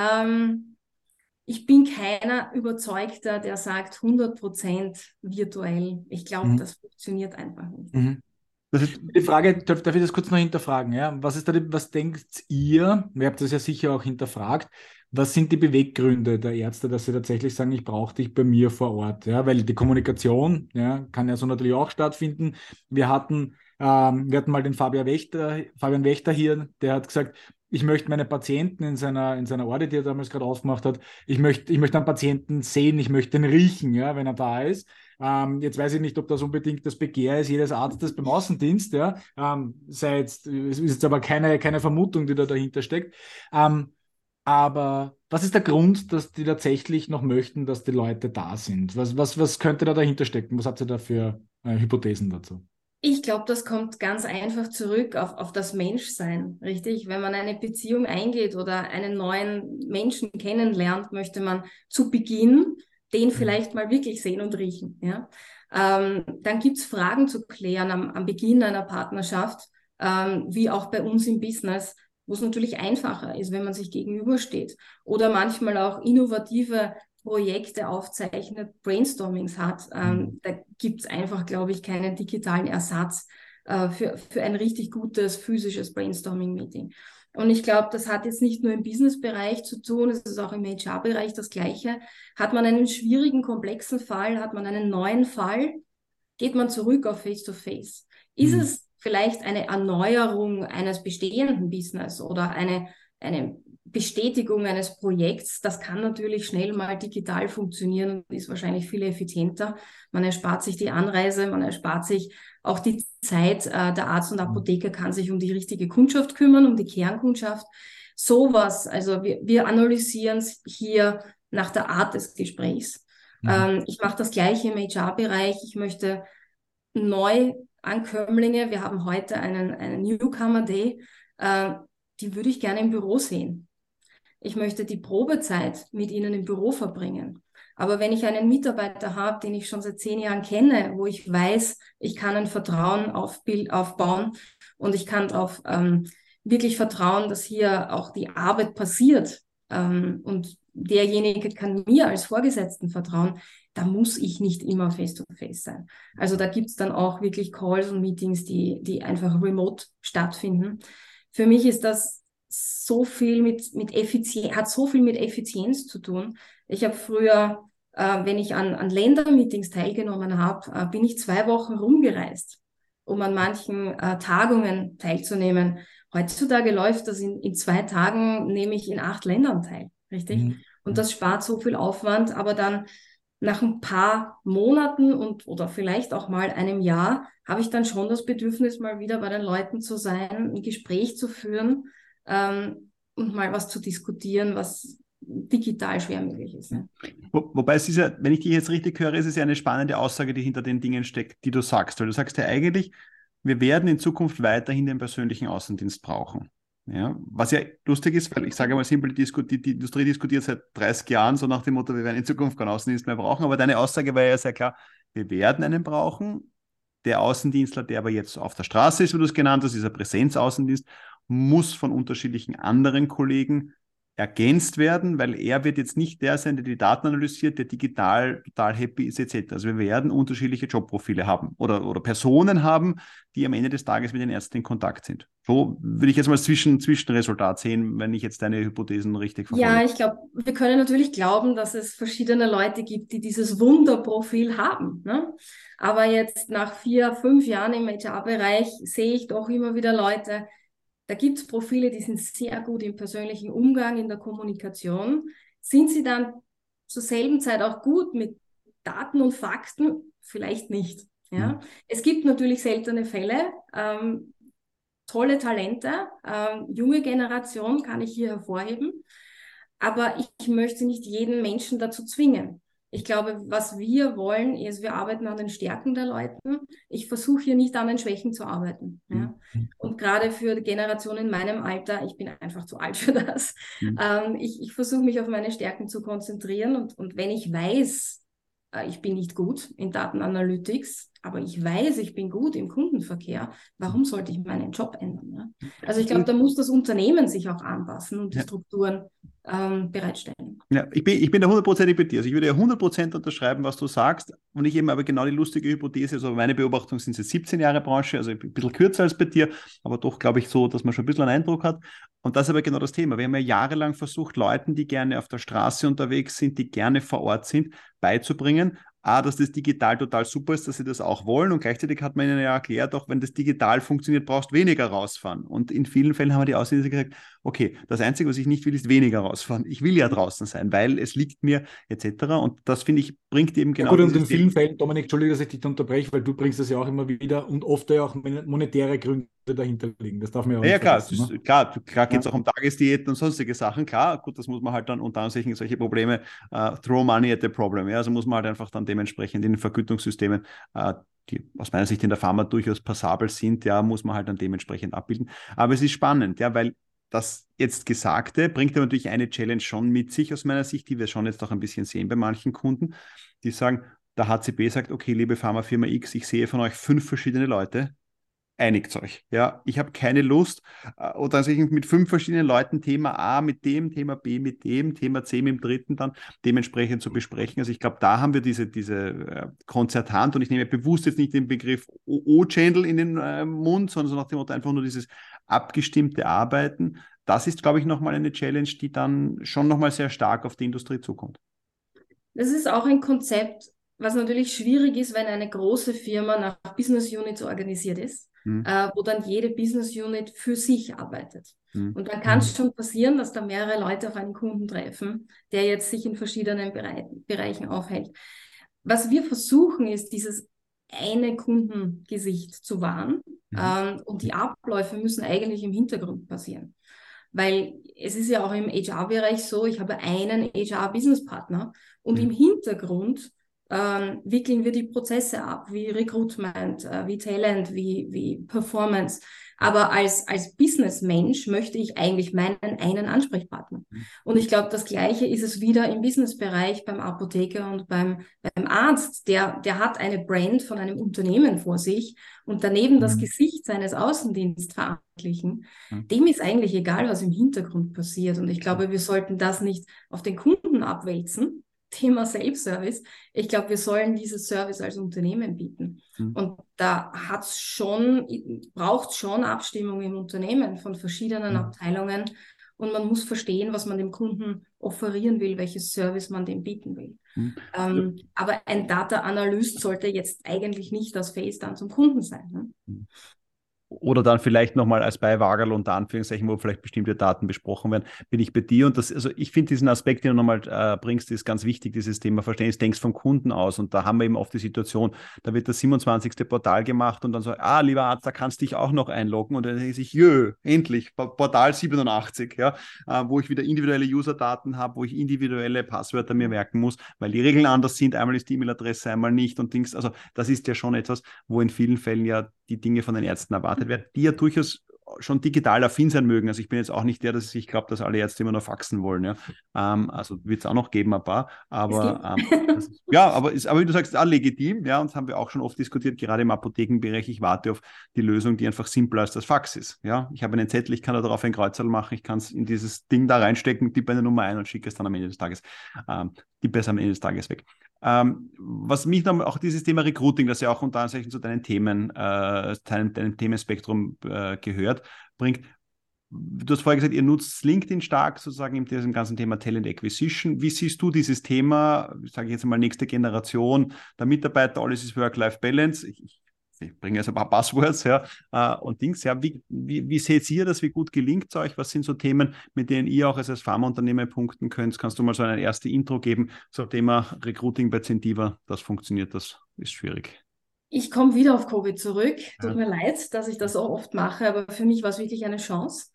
Ich bin keiner Überzeugter, der sagt 100% virtuell. Ich glaube, das funktioniert einfach nicht. Das ist die Frage, darf ich das kurz noch hinterfragen? Ja? Was denkt ihr, ihr habt das ja sicher auch hinterfragt, was sind die Beweggründe der Ärzte, dass sie tatsächlich sagen, ich brauche dich bei mir vor Ort? Ja? Weil die Kommunikation kann ja so natürlich auch stattfinden. Wir hatten mal den Fabian Wächter hier, der hat gesagt, ich möchte meine Patienten in seiner Audit, die er damals gerade aufgemacht hat, ich möchte einen Patienten sehen, ich möchte ihn riechen, ja, wenn er da ist. Jetzt weiß ich nicht, ob das unbedingt das Begehr ist jedes Arztes beim Außendienst, ja. Es ist jetzt aber keine Vermutung, die da dahinter steckt. Aber was ist der Grund, dass die tatsächlich noch möchten, dass die Leute da sind? Was könnte da dahinter stecken? Was habt ihr da für Hypothesen dazu? Ich glaube, das kommt ganz einfach zurück auf das Menschsein, richtig? Wenn man eine Beziehung eingeht oder einen neuen Menschen kennenlernt, möchte man zu Beginn den vielleicht mal wirklich sehen und riechen. Ja? Dann gibt's Fragen zu klären am Beginn einer Partnerschaft, wie auch bei uns im Business, wo es natürlich einfacher ist, wenn man sich gegenübersteht. Oder manchmal auch innovative Projekte aufzeichnet, Brainstormings hat. Da gibt's einfach, glaube ich, keinen digitalen Ersatz für ein richtig gutes physisches Brainstorming-Meeting. Und ich glaube, das hat jetzt nicht nur im Business-Bereich zu tun, es ist auch im HR-Bereich das Gleiche. Hat man einen schwierigen, komplexen Fall, hat man einen neuen Fall, geht man zurück auf Face-to-Face. Ist es vielleicht eine Erneuerung eines bestehenden Business oder eine Bestätigung eines Projekts, das kann natürlich schnell mal digital funktionieren und ist wahrscheinlich viel effizienter. Man erspart sich die Anreise, man erspart sich auch die Zeit. Der Arzt und Apotheker kann sich um die richtige Kundschaft kümmern, um die Kernkundschaft. Sowas, also wir analysieren es hier nach der Art des Gesprächs. Ich mache das Gleiche im HR-Bereich. Ich möchte Neuankömmlinge, wir haben heute einen Newcomer Day, die würde ich gerne im Büro sehen. Ich möchte die Probezeit mit ihnen im Büro verbringen. Aber wenn ich einen Mitarbeiter habe, den ich schon seit 10 Jahren kenne, wo ich weiß, ich kann ein Vertrauen aufbauen und ich kann darauf wirklich vertrauen, dass hier auch die Arbeit passiert und derjenige kann mir als Vorgesetzten vertrauen, da muss ich nicht immer face-to-face sein. Also da gibt es dann auch wirklich Calls und Meetings, die einfach remote stattfinden. Für mich ist das so viel mit Effizienz, hat so viel mit Effizienz zu tun. Ich habe früher, wenn ich an Ländermeetings teilgenommen habe, bin ich 2 Wochen rumgereist, um an manchen Tagungen teilzunehmen. Heutzutage läuft das in 2 Tagen, nehme ich in 8 Ländern teil, richtig? Und das spart so viel Aufwand, aber dann nach ein paar Monaten oder vielleicht auch mal einem Jahr habe ich dann schon das Bedürfnis, mal wieder bei den Leuten zu sein, ein Gespräch zu führen und mal was zu diskutieren, was digital schwer möglich ist. Ne? Wobei es ist ja, wenn ich dich jetzt richtig höre, ist es ja eine spannende Aussage, die hinter den Dingen steckt, die du sagst. Weil du sagst ja eigentlich, wir werden in Zukunft weiterhin den persönlichen Außendienst brauchen. Ja, was ja lustig ist, weil ich sage mal simpel, die Industrie diskutiert seit 30 Jahren so nach dem Motto, wir werden in Zukunft keinen Außendienst mehr brauchen. Aber deine Aussage war ja sehr klar, wir werden einen brauchen. Der Außendienstler, der aber jetzt auf der Straße ist, wie du es genannt hast, dieser Präsenzaußendienst, muss von unterschiedlichen anderen Kollegen ergänzt werden, weil er wird jetzt nicht der sein, der die Daten analysiert, der digital total happy ist, etc. Also wir werden unterschiedliche Jobprofile haben oder Personen haben, die am Ende des Tages mit den Ärzten in Kontakt sind. So würde ich jetzt mal Zwischenresultat sehen, wenn ich jetzt deine Hypothesen richtig verfolge. Ja, ich glaube, wir können natürlich glauben, dass es verschiedene Leute gibt, die dieses Wunderprofil haben. Ne? Aber jetzt nach 4, 5 Jahren im HR-Bereich sehe ich doch immer wieder Leute, da gibt es Profile, die sind sehr gut im persönlichen Umgang, in der Kommunikation. Sind sie dann zur selben Zeit auch gut mit Daten und Fakten? Vielleicht nicht. Ja? Es gibt natürlich seltene Fälle, tolle Talente, junge Generation kann ich hier hervorheben. Aber ich möchte nicht jeden Menschen dazu zwingen. Ich glaube, was wir wollen, ist, wir arbeiten an den Stärken der Leute. Ich versuche hier nicht an den Schwächen zu arbeiten. Ja? Und gerade für die Generation in meinem Alter, ich bin einfach zu alt für das. Ich versuche mich auf meine Stärken zu konzentrieren. Und wenn ich weiß, ich bin nicht gut in Datenanalytics, aber ich weiß, ich bin gut im Kundenverkehr, warum sollte ich meinen Job ändern? Ne? Also ich glaube, da muss das Unternehmen sich auch anpassen und die Strukturen bereitstellen. Ja, ich bin da 100% bei dir. Also ich würde ja 100% unterschreiben, was du sagst. Und ich eben aber genau die lustige Hypothese, also meine Beobachtung sind es 17 Jahre Branche, also ein bisschen kürzer als bei dir, aber doch glaube ich so, dass man schon ein bisschen einen Eindruck hat. Und das ist aber genau das Thema. Wir haben ja jahrelang versucht, Leuten, die gerne auf der Straße unterwegs sind, die gerne vor Ort sind, beizubringen, dass das digital total super ist, dass sie das auch wollen. Und gleichzeitig hat man ihnen ja erklärt, auch wenn das digital funktioniert, brauchst du weniger rausfahren. Und in vielen Fällen haben die Außendienste gesagt, okay, das Einzige, was ich nicht will, ist weniger rausfahren. Ich will ja draußen sein, weil es liegt mir etc. Und das, finde ich, bringt eben genau... Ja gut, und in vielen Fällen, Dominik, Entschuldige, dass ich dich unterbreche, weil du bringst das ja auch immer wieder und oft ja auch monetäre Gründe dahinter liegen. Das darf man ja auch nicht vergessen. Klar geht es auch um Tagesdiäten und sonstige Sachen. Klar, gut, das muss man halt dann unter solche Probleme throw money at the problem. Ja? Also muss man halt einfach dann dementsprechend in den Vergütungssystemen, die aus meiner Sicht in der Pharma durchaus passabel sind, ja, muss man halt dann dementsprechend abbilden. Aber es ist spannend, ja, weil das jetzt Gesagte bringt ja natürlich eine Challenge schon mit sich aus meiner Sicht, die wir schon jetzt auch ein bisschen sehen bei manchen Kunden, die sagen, der HCB sagt, okay, liebe Pharmafirma X, ich sehe von euch 5 verschiedene Leute, einigt euch. Ja, ich habe keine Lust, oder also mit 5 verschiedenen Leuten Thema A mit dem, Thema B mit dem, Thema C mit dem dritten dann dementsprechend zu besprechen. Also ich glaube, da haben wir diese Konzertant, und ich nehme bewusst jetzt nicht den Begriff O-Channel in den Mund, sondern so nach dem Motto einfach nur dieses abgestimmte Arbeiten. Das ist, glaube ich, nochmal eine Challenge, die dann schon nochmal sehr stark auf die Industrie zukommt. Das ist auch ein Konzept, was natürlich schwierig ist, wenn eine große Firma nach Business Units organisiert ist. wo dann jede Business Unit für sich arbeitet. Und dann kann es schon passieren, dass da mehrere Leute auf einen Kunden treffen, der jetzt sich in verschiedenen Bereichen aufhält. Was wir versuchen, ist, dieses eine Kundengesicht zu wahren. Und die Abläufe müssen eigentlich im Hintergrund passieren. Weil es ist ja auch im HR-Bereich so, ich habe einen HR-Business-Partner und im Hintergrund wickeln wir die Prozesse ab, wie Recruitment, wie Talent, wie Performance. Aber als Businessmensch möchte ich eigentlich meinen einen Ansprechpartner. Und ich glaube, das Gleiche ist es wieder im Businessbereich, beim Apotheker und beim Arzt. Der hat eine Brand von einem Unternehmen vor sich und daneben das Gesicht seines Außendienstverantwortlichen. Dem ist eigentlich egal, was im Hintergrund passiert. Und ich glaube, wir sollten das nicht auf den Kunden abwälzen. Thema Self-Service. Ich glaube, wir sollen dieses Service als Unternehmen bieten. Und da braucht schon Abstimmung im Unternehmen von verschiedenen Abteilungen. Und man muss verstehen, was man dem Kunden offerieren will, welches Service man dem bieten will. Aber ein Data Analyst sollte jetzt eigentlich nicht das Face dann zum Kunden sein. Ne? Oder dann vielleicht nochmal als Beiwagerl unter Anführungszeichen, wo vielleicht bestimmte Daten besprochen werden, bin ich bei dir. Und also ich finde diesen Aspekt, den du nochmal bringst, ist ganz wichtig, dieses Thema Verständnis, denkst vom Kunden aus. Und da haben wir eben oft die Situation, da wird das 27. Portal gemacht und dann so, lieber Arzt, da kannst du dich auch noch einloggen. Und dann denke ich, endlich, Portal 87, ja, wo ich wieder individuelle User-Daten habe, wo ich individuelle Passwörter mir merken muss, weil die Regeln anders sind. Einmal ist die E-Mail-Adresse, einmal nicht und Dings. Also das ist ja schon etwas, wo in vielen Fällen ja die Dinge von den Ärzten erwartet werden, die ja durchaus schon digital affin sein mögen. Also ich bin jetzt auch nicht der, dass ich glaube, dass alle Ärzte immer nur faxen wollen. Ja? Also wird es auch noch geben, ein paar. Aber aber wie du sagst, auch legitim. Ja, und das haben wir auch schon oft diskutiert, gerade im Apothekenbereich. Ich warte auf die Lösung, die einfach simpler als das Fax ist. Ja? Ich habe einen Zettel, ich kann da drauf ein Kreuzerl machen, ich kann es in dieses Ding da reinstecken, tippe eine Nummer ein und schicke es dann am Ende des Tages. Die besser am Ende des Tages weg. Was mich dann auch dieses Thema Recruiting, das ja auch unter anderem zu deinen Themen, deinem Themenspektrum gehört, bringt. Du hast vorher gesagt, ihr nutzt LinkedIn stark sozusagen in diesem ganzen Thema Talent Acquisition. Wie siehst du dieses Thema, sage ich jetzt mal, nächste Generation der Mitarbeiter, alles ist Work-Life-Balance? Ich bringe jetzt ein paar Buzzwords, ja, und Dings. Ja, wie seht ihr das? Wie gut gelingt es euch? Was sind so Themen, mit denen ihr auch als Pharmaunternehmen punkten könnt? Kannst du mal so eine erste Intro geben zum Thema Recruiting bei Zentiva? Das funktioniert, das ist schwierig. Ich komme wieder auf Covid zurück. Tut mir leid, dass ich das so oft mache, aber für mich war es wirklich eine Chance.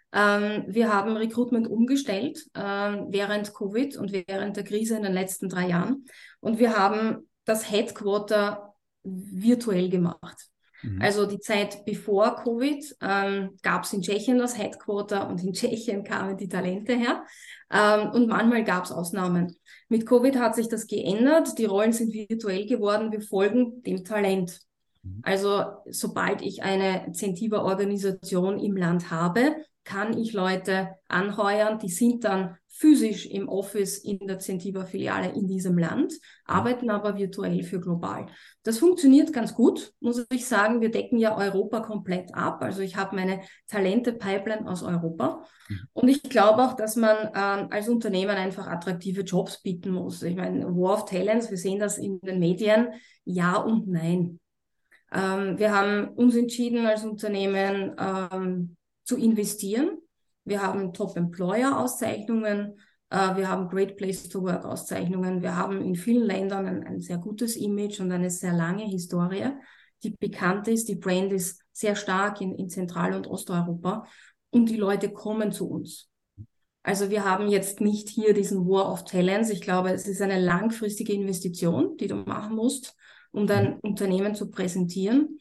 Wir haben Recruitment umgestellt während Covid und während der Krise in den letzten 3 Jahren. Und wir haben das Headquarter virtuell gemacht. Also die Zeit bevor Covid gab es in Tschechien das Headquarter und in Tschechien kamen die Talente her. Und manchmal gab es Ausnahmen. Mit Covid hat sich das geändert. Die Rollen sind virtuell geworden. Wir folgen dem Talent. Also sobald ich eine Zentiva-Organisation im Land habe, kann ich Leute anheuern, die sind dann physisch im Office in der Zentiva-Filiale in diesem Land, arbeiten aber virtuell für global. Das funktioniert ganz gut, muss ich sagen. Wir decken ja Europa komplett ab. Also ich habe meine Talente-Pipeline aus Europa. Und ich glaube auch, dass man als Unternehmen einfach attraktive Jobs bieten muss. Ich meine, War of Talents, wir sehen das in den Medien, ja und nein. Wir haben uns entschieden als Unternehmen zu investieren. Wir haben Top-Employer-Auszeichnungen, wir haben Great Place to Work-Auszeichnungen, wir haben in vielen Ländern ein sehr gutes Image und eine sehr lange Historie, die bekannt ist. Die Brand ist sehr stark in Zentral- und Osteuropa und die Leute kommen zu uns. Also wir haben jetzt nicht hier diesen War of Talents. Ich glaube, es ist eine langfristige Investition, die du machen musst, um dein Unternehmen zu präsentieren.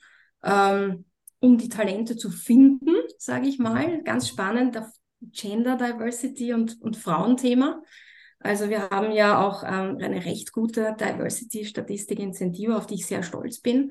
Um die Talente zu finden, sage ich mal. Ganz spannend, das Gender Diversity und Frauenthema. Also wir haben ja auch eine recht gute Diversity-Statistik in Zentiva, auf die ich sehr stolz bin.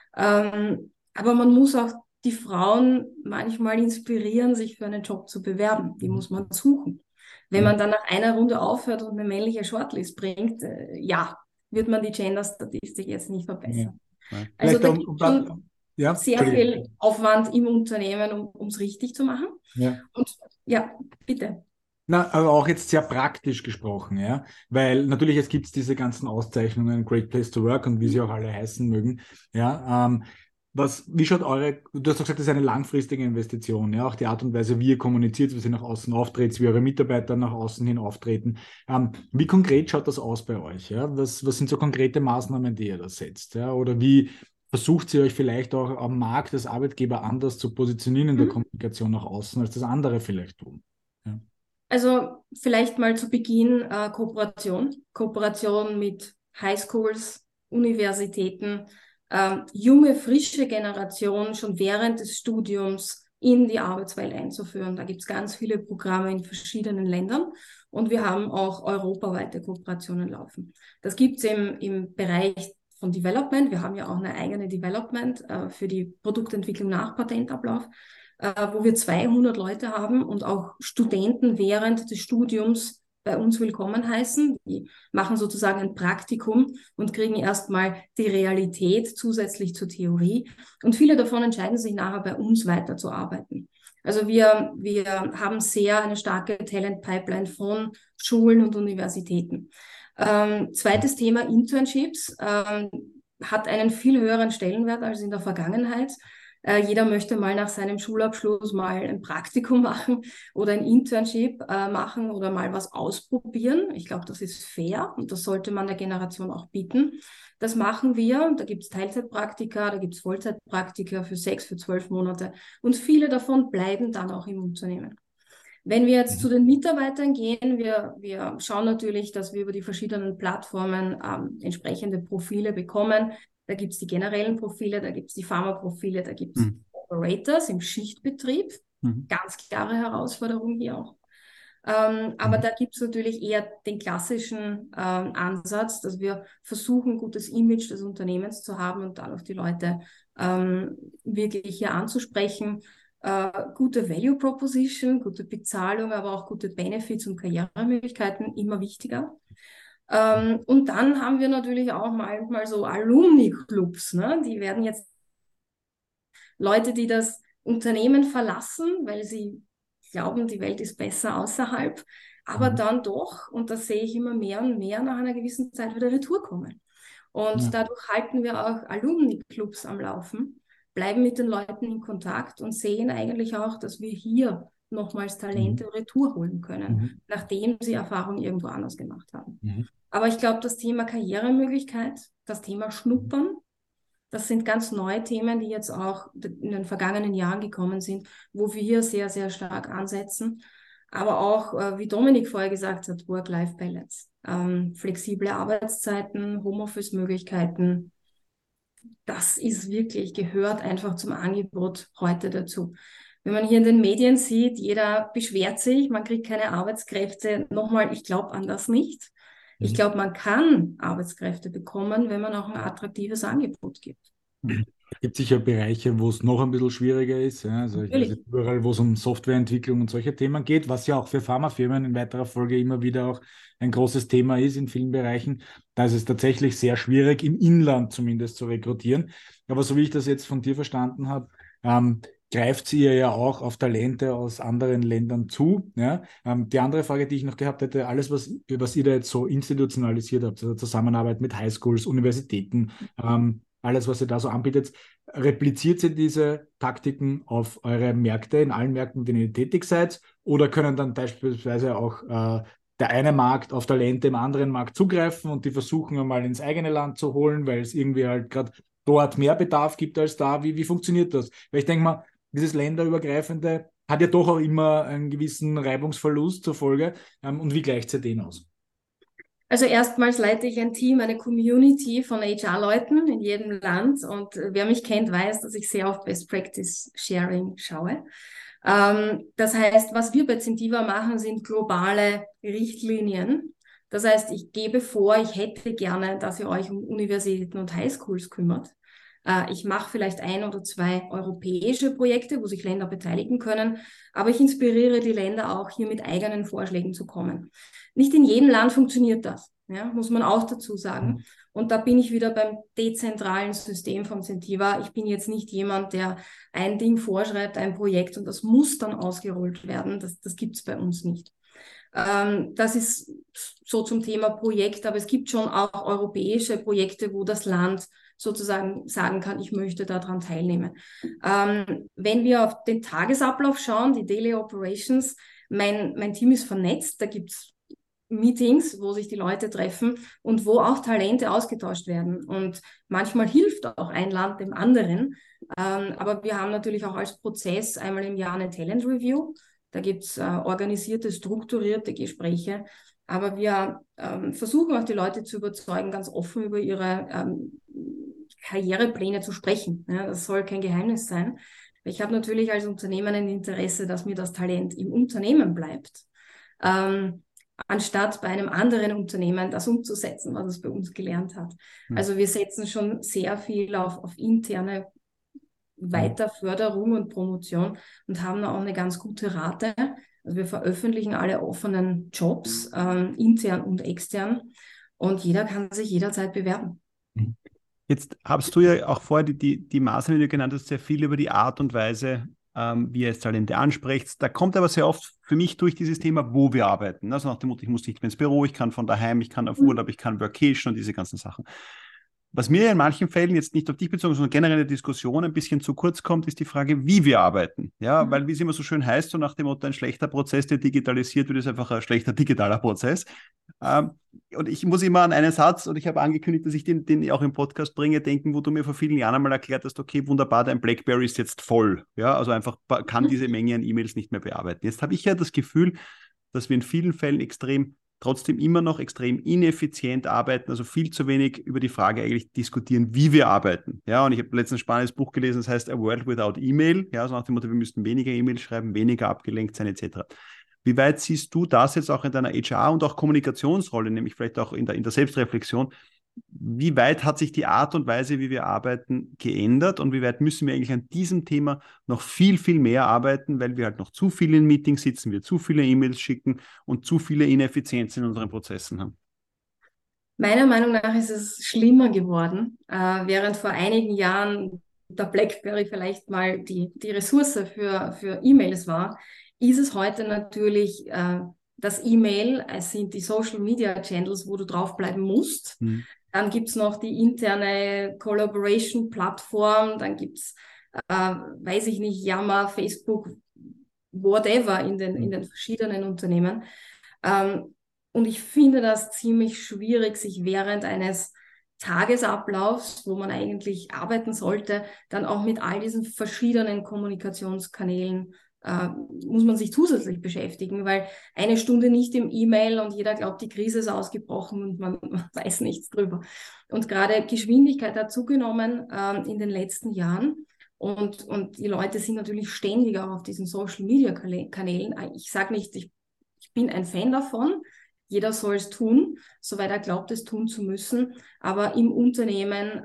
Aber man muss auch die Frauen manchmal inspirieren, sich für einen Job zu bewerben. Die muss man suchen. Wenn man dann nach einer Runde aufhört und eine männliche Shortlist bringt, wird man die Gender-Statistik jetzt nicht verbessern. Ja. Also da gibt schon sehr viel Aufwand im Unternehmen, um es richtig zu machen. Ja. Und ja, bitte. Na, aber auch jetzt sehr praktisch gesprochen, ja, weil natürlich jetzt gibt es diese ganzen Auszeichnungen, Great Place to Work und wie sie auch alle heißen mögen, ja, Wie schaut du hast doch gesagt, das ist eine langfristige Investition, ja, auch die Art und Weise, wie ihr kommuniziert, wie sie nach außen auftritt, wie eure Mitarbeiter nach außen hin auftreten. Wie konkret schaut das aus bei euch? Ja? Was sind so konkrete Maßnahmen, die ihr da setzt? Ja? Oder wie versucht ihr euch vielleicht auch am Markt als Arbeitgeber anders zu positionieren in der Kommunikation nach außen, als das andere vielleicht tun? Ja. Also vielleicht mal zu Beginn Kooperation. Kooperation mit Highschools, Universitäten, junge, frische Generation schon während des Studiums in die Arbeitswelt einzuführen. Da gibt es ganz viele Programme in verschiedenen Ländern und wir haben auch europaweite Kooperationen laufen. Das gibt es im Bereich von Development. Wir haben ja auch eine eigene Development für die Produktentwicklung nach Patentablauf, wo wir 200 Leute haben und auch Studenten während des Studiums bei uns willkommen heißen. Die machen sozusagen ein Praktikum und kriegen erstmal die Realität zusätzlich zur Theorie. Und viele davon entscheiden sich nachher bei uns weiterzuarbeiten. Also wir haben sehr eine starke Talent-Pipeline von Schulen und Universitäten. Zweites Thema Internships hat einen viel höheren Stellenwert als in der Vergangenheit. Jeder möchte mal nach seinem Schulabschluss mal ein Praktikum machen oder ein Internship machen oder mal was ausprobieren. Ich glaube, das ist fair und das sollte man der Generation auch bieten. Das machen wir. Da gibt es Teilzeitpraktika, da gibt es Vollzeitpraktika für 6, für 12 Monate und viele davon bleiben dann auch im Unternehmen. Wenn wir jetzt zu den Mitarbeitern gehen, wir schauen natürlich, dass wir über die verschiedenen Plattformen entsprechende Profile bekommen. Da gibt es die generellen Profile, da gibt es die Pharma-Profile, da gibt es Operators im Schichtbetrieb. Ganz klare Herausforderung hier auch. Aber da gibt es natürlich eher den klassischen Ansatz, dass wir versuchen, ein gutes Image des Unternehmens zu haben und dadurch die Leute wirklich hier anzusprechen. Gute Value Proposition, gute Bezahlung, aber auch gute Benefits und Karrieremöglichkeiten, immer wichtiger. Und dann haben wir natürlich auch manchmal so Alumni-Clubs, ne? Die werden jetzt Leute, die das Unternehmen verlassen, weil sie glauben, die Welt ist besser außerhalb, aber dann doch, und das sehe ich immer mehr und mehr, nach einer gewissen Zeit wieder retour kommen. Und dadurch halten wir auch Alumni-Clubs am Laufen, bleiben mit den Leuten in Kontakt und sehen eigentlich auch, dass wir hier nochmals Talente retour holen können, nachdem sie Erfahrung irgendwo anders gemacht haben. Aber ich glaube, das Thema Karrieremöglichkeit, das Thema Schnuppern, das sind ganz neue Themen, die jetzt auch in den vergangenen Jahren gekommen sind, wo wir hier sehr, sehr stark ansetzen. Aber auch, wie Dominik vorher gesagt hat, Work-Life-Balance, flexible Arbeitszeiten, Homeoffice-Möglichkeiten. Das ist wirklich, gehört einfach zum Angebot heute dazu. Wenn man hier in den Medien sieht, jeder beschwert sich, man kriegt keine Arbeitskräfte. Nochmal, ich glaube an das nicht. Ich glaube, man kann Arbeitskräfte bekommen, wenn man auch ein attraktives Angebot gibt. Es gibt sicher Bereiche, wo es noch ein bisschen schwieriger ist. Ja? Also ich weiß nicht, überall, wo es um Softwareentwicklung und solche Themen geht, was ja auch für Pharmafirmen in weiterer Folge immer wieder auch ein großes Thema ist in vielen Bereichen. Da ist es tatsächlich sehr schwierig, im Inland zumindest zu rekrutieren. Aber so wie ich das jetzt von dir verstanden habe, greift ihr ja auch auf Talente aus anderen Ländern zu. Ja? Die andere Frage, die ich noch gehabt hätte, alles, was ihr da jetzt so institutionalisiert habt, also Zusammenarbeit mit Highschools, Universitäten, alles, was ihr da so anbietet, repliziert ihr diese Taktiken auf eure Märkte, in allen Märkten, in denen ihr tätig seid? Oder können dann beispielsweise auch der eine Markt auf Talente im anderen Markt zugreifen und die versuchen einmal ins eigene Land zu holen, weil es irgendwie halt gerade dort mehr Bedarf gibt als da? Wie funktioniert das? Weil ich denke mal, dieses länderübergreifende hat ja doch auch immer einen gewissen Reibungsverlust zur Folge. Und wie gleicht ihr den aus? Also erstmals leite ich ein Team, eine Community von HR-Leuten in jedem Land und wer mich kennt, weiß, dass ich sehr auf Best Practice Sharing schaue. Das heißt, was wir bei Zentiva machen, sind globale Richtlinien. Das heißt, ich gebe vor, ich hätte gerne, dass ihr euch um Universitäten und Highschools kümmert. Ich mache vielleicht 1 oder 2 europäische Projekte, wo sich Länder beteiligen können, aber ich inspiriere die Länder auch, hier mit eigenen Vorschlägen zu kommen. Nicht in jedem Land funktioniert das, ja, muss man auch dazu sagen. Und da bin ich wieder beim dezentralen System von Zentiva. Ich bin jetzt nicht jemand, der ein Ding vorschreibt, ein Projekt und das muss dann ausgerollt werden. Das gibt es bei uns nicht. Das ist so zum Thema Projekt, aber es gibt schon auch europäische Projekte, wo das Land sozusagen sagen kann, ich möchte daran teilnehmen. Wenn wir auf den Tagesablauf schauen, die Daily Operations, mein Team ist vernetzt, da gibt es Meetings, wo sich die Leute treffen und wo auch Talente ausgetauscht werden. Und manchmal hilft auch ein Land dem anderen. Aber wir haben natürlich auch als Prozess einmal im Jahr eine Talent Review. Da gibt es organisierte, strukturierte Gespräche. Aber wir versuchen auch die Leute zu überzeugen, ganz offen über ihre Karrierepläne zu sprechen. Ja, das soll kein Geheimnis sein. Ich habe natürlich als Unternehmen ein Interesse, dass mir das Talent im Unternehmen bleibt. Anstatt bei einem anderen Unternehmen das umzusetzen, was es bei uns gelernt hat. Also wir setzen schon sehr viel auf interne Weiterförderung und Promotion und haben auch eine ganz gute Rate. Also wir veröffentlichen alle offenen Jobs, intern und extern, und jeder kann sich jederzeit bewerben. Jetzt hast du ja auch vorher die Maßnahmen, die du genannt hast, sehr viel über die Art und Weise, wie ihr jetzt Talente ansprecht. Da kommt aber sehr oft für mich durch dieses Thema, wo wir arbeiten. Also nach dem Motto, ich muss nicht mehr ins Büro, ich kann von daheim, ich kann auf Urlaub, ich kann Workation und diese ganzen Sachen. Was mir in manchen Fällen jetzt nicht auf dich bezogen, sondern generell in der Diskussion ein bisschen zu kurz kommt, ist die Frage, wie wir arbeiten. Ja, weil wie es immer so schön heißt, so nach dem Motto, ein schlechter Prozess, der digitalisiert wird, ist einfach ein schlechter digitaler Prozess. Und ich muss immer an einen Satz, und ich habe angekündigt, dass ich den auch im Podcast bringe, denken, wo du mir vor vielen Jahren einmal erklärt hast, okay, wunderbar, dein BlackBerry ist jetzt voll. Ja, also einfach kann diese Menge an E-Mails nicht mehr bearbeiten. Jetzt habe ich ja das Gefühl, dass wir in vielen Fällen trotzdem immer noch extrem ineffizient arbeiten, also viel zu wenig über die Frage eigentlich diskutieren, wie wir arbeiten. Ja, und ich habe letztens ein spannendes Buch gelesen, das heißt A World Without Email. Ja, also nach dem Motto, wir müssten weniger E-Mails schreiben, weniger abgelenkt sein, etc. Wie weit siehst du das jetzt auch in deiner HR- und auch Kommunikationsrolle, nämlich vielleicht auch in der Selbstreflexion? Wie weit hat sich die Art und Weise, wie wir arbeiten, geändert, und wie weit müssen wir eigentlich an diesem Thema noch viel, viel mehr arbeiten, weil wir halt noch zu viel in Meetings sitzen, wir zu viele E-Mails schicken und zu viele Ineffizienzen in unseren Prozessen haben? Meiner Meinung nach ist es schlimmer geworden, während vor einigen Jahren der BlackBerry vielleicht mal die Ressource für E-Mails war, ist es heute natürlich das E-Mail, es sind die Social Media Channels, wo du draufbleiben musst. Dann gibt es noch die interne Collaboration-Plattform, dann gibt es, weiß ich nicht, Yammer, Facebook, whatever in den verschiedenen Unternehmen. Und ich finde das ziemlich schwierig, sich während eines Tagesablaufs, wo man eigentlich arbeiten sollte, dann auch mit all diesen verschiedenen Kommunikationskanälen muss man sich zusätzlich beschäftigen, weil eine Stunde nicht im E-Mail und jeder glaubt, die Krise ist ausgebrochen und man weiß nichts drüber. Und gerade Geschwindigkeit hat zugenommen in den letzten Jahren. Und die Leute sind natürlich ständig auch auf diesen Social-Media-Kanälen. Ich sage nicht, ich bin ein Fan davon. Jeder soll es tun, soweit er glaubt, es tun zu müssen. Aber im Unternehmen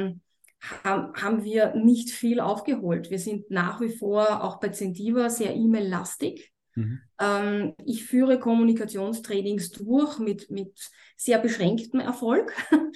haben wir nicht viel aufgeholt. Wir sind nach wie vor auch bei Zentiva sehr E-Mail-lastig. Ich führe Kommunikationstrainings durch mit sehr beschränktem Erfolg.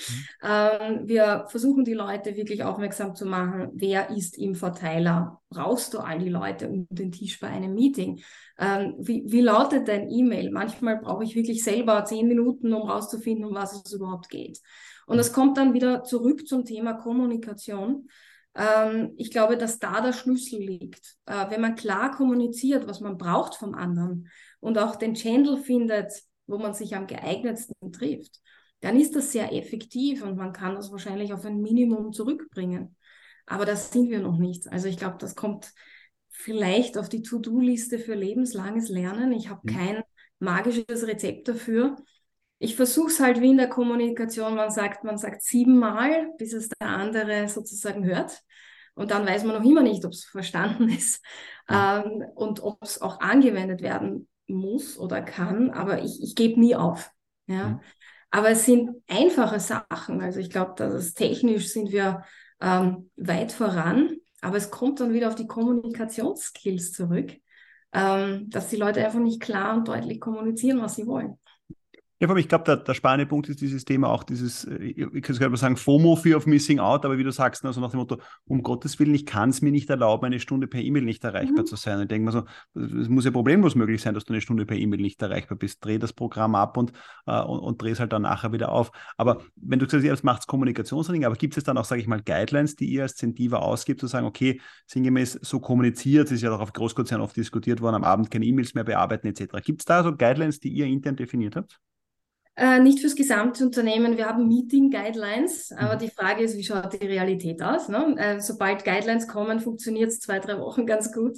Wir versuchen die Leute wirklich aufmerksam zu machen, wer ist im Verteiler? Brauchst du all die Leute um den Tisch bei einem Meeting? Wie lautet dein E-Mail? Manchmal brauche ich wirklich selber 10 Minuten, um rauszufinden, um was es überhaupt geht. Und es kommt dann wieder zurück zum Thema Kommunikation. Ich glaube, dass da der Schlüssel liegt. Wenn man klar kommuniziert, was man braucht vom anderen und auch den Channel findet, wo man sich am geeignetsten trifft, dann ist das sehr effektiv und man kann das wahrscheinlich auf ein Minimum zurückbringen. Aber das sind wir noch nicht. Also ich glaube, das kommt vielleicht auf die To-Do-Liste für lebenslanges Lernen. Ich habe kein magisches Rezept dafür. Ich versuche es halt wie in der Kommunikation, man sagt 7-mal, bis es der andere sozusagen hört. Und dann weiß man noch immer nicht, ob es verstanden ist und ob es auch angewendet werden muss oder kann. Aber ich gebe nie auf. Ja? Aber es sind einfache Sachen. Also ich glaube, technisch sind wir weit voran. Aber es kommt dann wieder auf die Kommunikationsskills zurück, dass die Leute einfach nicht klar und deutlich kommunizieren, was sie wollen. Ja, aber ich glaube, der spannende Punkt ist dieses Thema auch dieses, ich kann sogar mal sagen, FOMO, Fear of Missing Out, aber wie du sagst, also nach dem Motto, um Gottes Willen, ich kann es mir nicht erlauben, eine Stunde per E-Mail nicht erreichbar zu sein. Und ich denke mir so, es muss ja problemlos möglich sein, dass du eine Stunde per E-Mail nicht erreichbar bist. Dreh das Programm ab und dreh es halt dann nachher wieder auf. Aber wenn du gesagt hast, macht es Kommunikationsring, aber gibt es dann auch, sage ich mal, Guidelines, die ihr als Zentiva ausgibt, zu sagen, okay, sinngemäß so kommuniziert, es ist ja auch auf Großkonzernen oft diskutiert worden, am Abend keine E-Mails mehr bearbeiten etc. Gibt es da so Guidelines, die ihr intern definiert habt? Nicht fürs gesamte Unternehmen. Wir haben Meeting-Guidelines, aber die Frage ist, wie schaut die Realität aus? Ne? Sobald Guidelines kommen, funktioniert es 2, 3 Wochen ganz gut.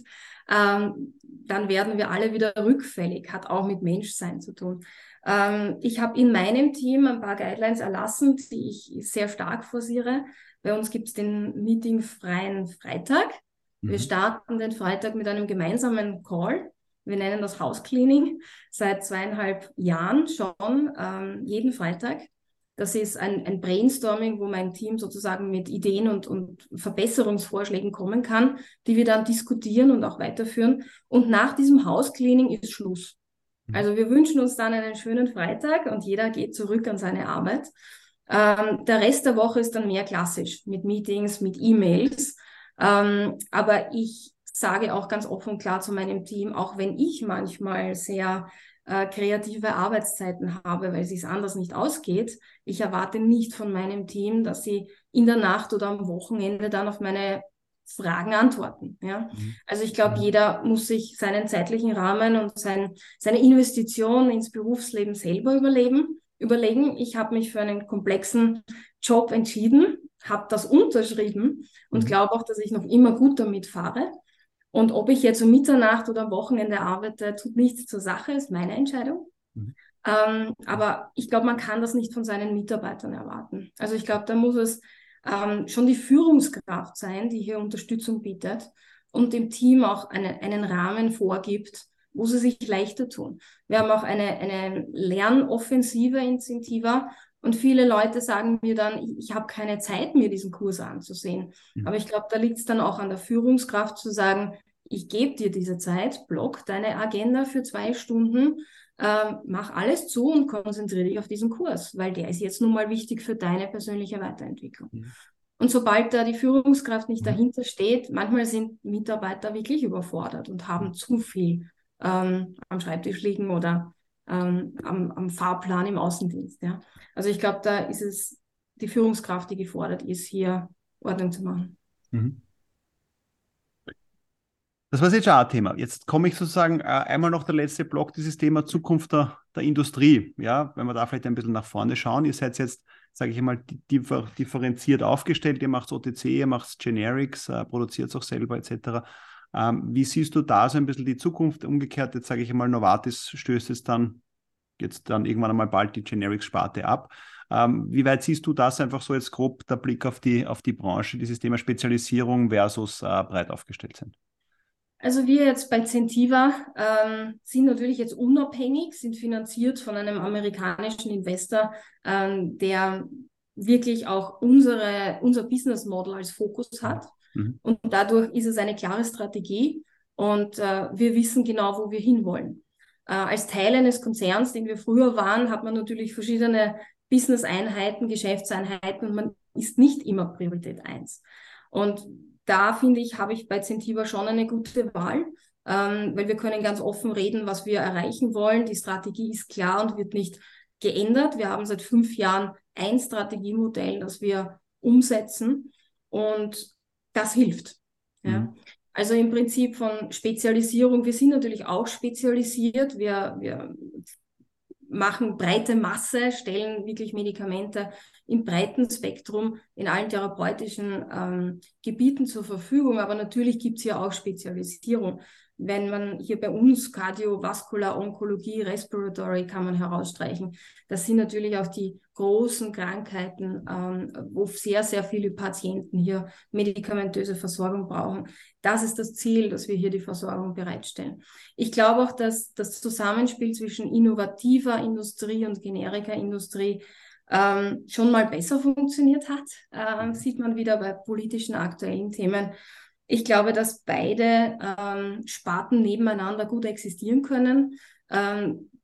Dann werden wir alle wieder rückfällig. Hat auch mit Menschsein zu tun. Ich habe in meinem Team ein paar Guidelines erlassen, die ich sehr stark forciere. Bei uns gibt es den meetingfreien Freitag. Wir starten den Freitag mit einem gemeinsamen Call. Wir nennen das House Cleaning seit 2,5 Jahren schon, jeden Freitag. Das ist ein Brainstorming, wo mein Team sozusagen mit Ideen und Verbesserungsvorschlägen kommen kann, die wir dann diskutieren und auch weiterführen. Und nach diesem House Cleaning ist Schluss. Also wir wünschen uns dann einen schönen Freitag und jeder geht zurück an seine Arbeit. Der Rest der Woche ist dann mehr klassisch mit Meetings, mit E-Mails. Aber ich sage auch ganz offen und klar zu meinem Team, auch wenn ich manchmal sehr kreative Arbeitszeiten habe, weil es sich anders nicht ausgeht, ich erwarte nicht von meinem Team, dass sie in der Nacht oder am Wochenende dann auf meine Fragen antworten. Ja? Also ich glaube, jeder muss sich seinen zeitlichen Rahmen und seine Investition ins Berufsleben selber überlegen. Ich habe mich für einen komplexen Job entschieden, habe das unterschrieben und glaube auch, dass ich noch immer gut damit fahre. Und ob ich jetzt um Mitternacht oder am Wochenende arbeite, tut nichts zur Sache, ist meine Entscheidung. Aber ich glaube, man kann das nicht von seinen Mitarbeitern erwarten. Also ich glaube, da muss es schon die Führungskraft sein, die hier Unterstützung bietet und dem Team auch einen Rahmen vorgibt, wo sie sich leichter tun. Wir haben auch eine Lernoffensive in Zentiva und viele Leute sagen mir dann, ich habe keine Zeit, mir diesen Kurs anzusehen. Aber ich glaube, da liegt es dann auch an der Führungskraft zu sagen, ich gebe dir diese Zeit, block deine Agenda für 2 Stunden, mach alles zu und konzentriere dich auf diesen Kurs, weil der ist jetzt nun mal wichtig für deine persönliche Weiterentwicklung. Und sobald da die Führungskraft nicht dahinter steht, manchmal sind Mitarbeiter wirklich überfordert und haben zu viel am Schreibtisch liegen oder am Fahrplan im Außendienst. Ja. Also ich glaube, da ist es die Führungskraft, die gefordert ist, hier Ordnung zu machen. Das war das HR-Thema. Jetzt komme ich sozusagen einmal noch der letzte Block, dieses Thema Zukunft der Industrie. Ja, wenn wir da vielleicht ein bisschen nach vorne schauen. Ihr seid jetzt, sage ich mal, differenziert aufgestellt. Ihr macht OTC, ihr macht Generics, produziert es auch selber etc. Wie siehst du da so ein bisschen die Zukunft? Umgekehrt, jetzt sage ich mal, Novartis stößt es dann jetzt dann irgendwann einmal bald die Generics-Sparte ab. Wie weit siehst du das einfach so jetzt grob, der Blick auf die Branche, dieses Thema Spezialisierung versus breit aufgestellt sein? Also wir jetzt bei Zentiva sind natürlich jetzt unabhängig, sind finanziert von einem amerikanischen Investor, der wirklich auch unser Business Model als Fokus hat. Und dadurch ist es eine klare Strategie und wir wissen genau, wo wir hinwollen. Als Teil eines Konzerns, den wir früher waren, hat man natürlich verschiedene Business-Einheiten, Geschäftseinheiten und man ist nicht immer Priorität 1. Und da finde ich, habe ich bei Zentiva schon eine gute Wahl, weil wir können ganz offen reden, was wir erreichen wollen. Die Strategie ist klar und wird nicht geändert. Wir haben seit 5 Jahren ein Strategiemodell, das wir umsetzen und das hilft. Ja. Also im Prinzip von Spezialisierung, wir sind natürlich auch spezialisiert, wir machen breite Masse, stellen wirklich Medikamente im breiten Spektrum in allen therapeutischen Gebieten zur Verfügung. Aber natürlich gibt es hier auch Spezialisierung. Wenn man hier bei uns Kardiovaskular, Onkologie, Respiratory kann man herausstreichen. Das sind natürlich auch die großen Krankheiten, wo sehr, sehr viele Patienten hier medikamentöse Versorgung brauchen. Das ist das Ziel, dass wir hier die Versorgung bereitstellen. Ich glaube auch, dass das Zusammenspiel zwischen innovativer Industrie und Generika-Industrie schon mal besser funktioniert hat. Sieht man wieder bei politischen aktuellen Themen. Ich glaube, dass beide Sparten nebeneinander gut existieren können.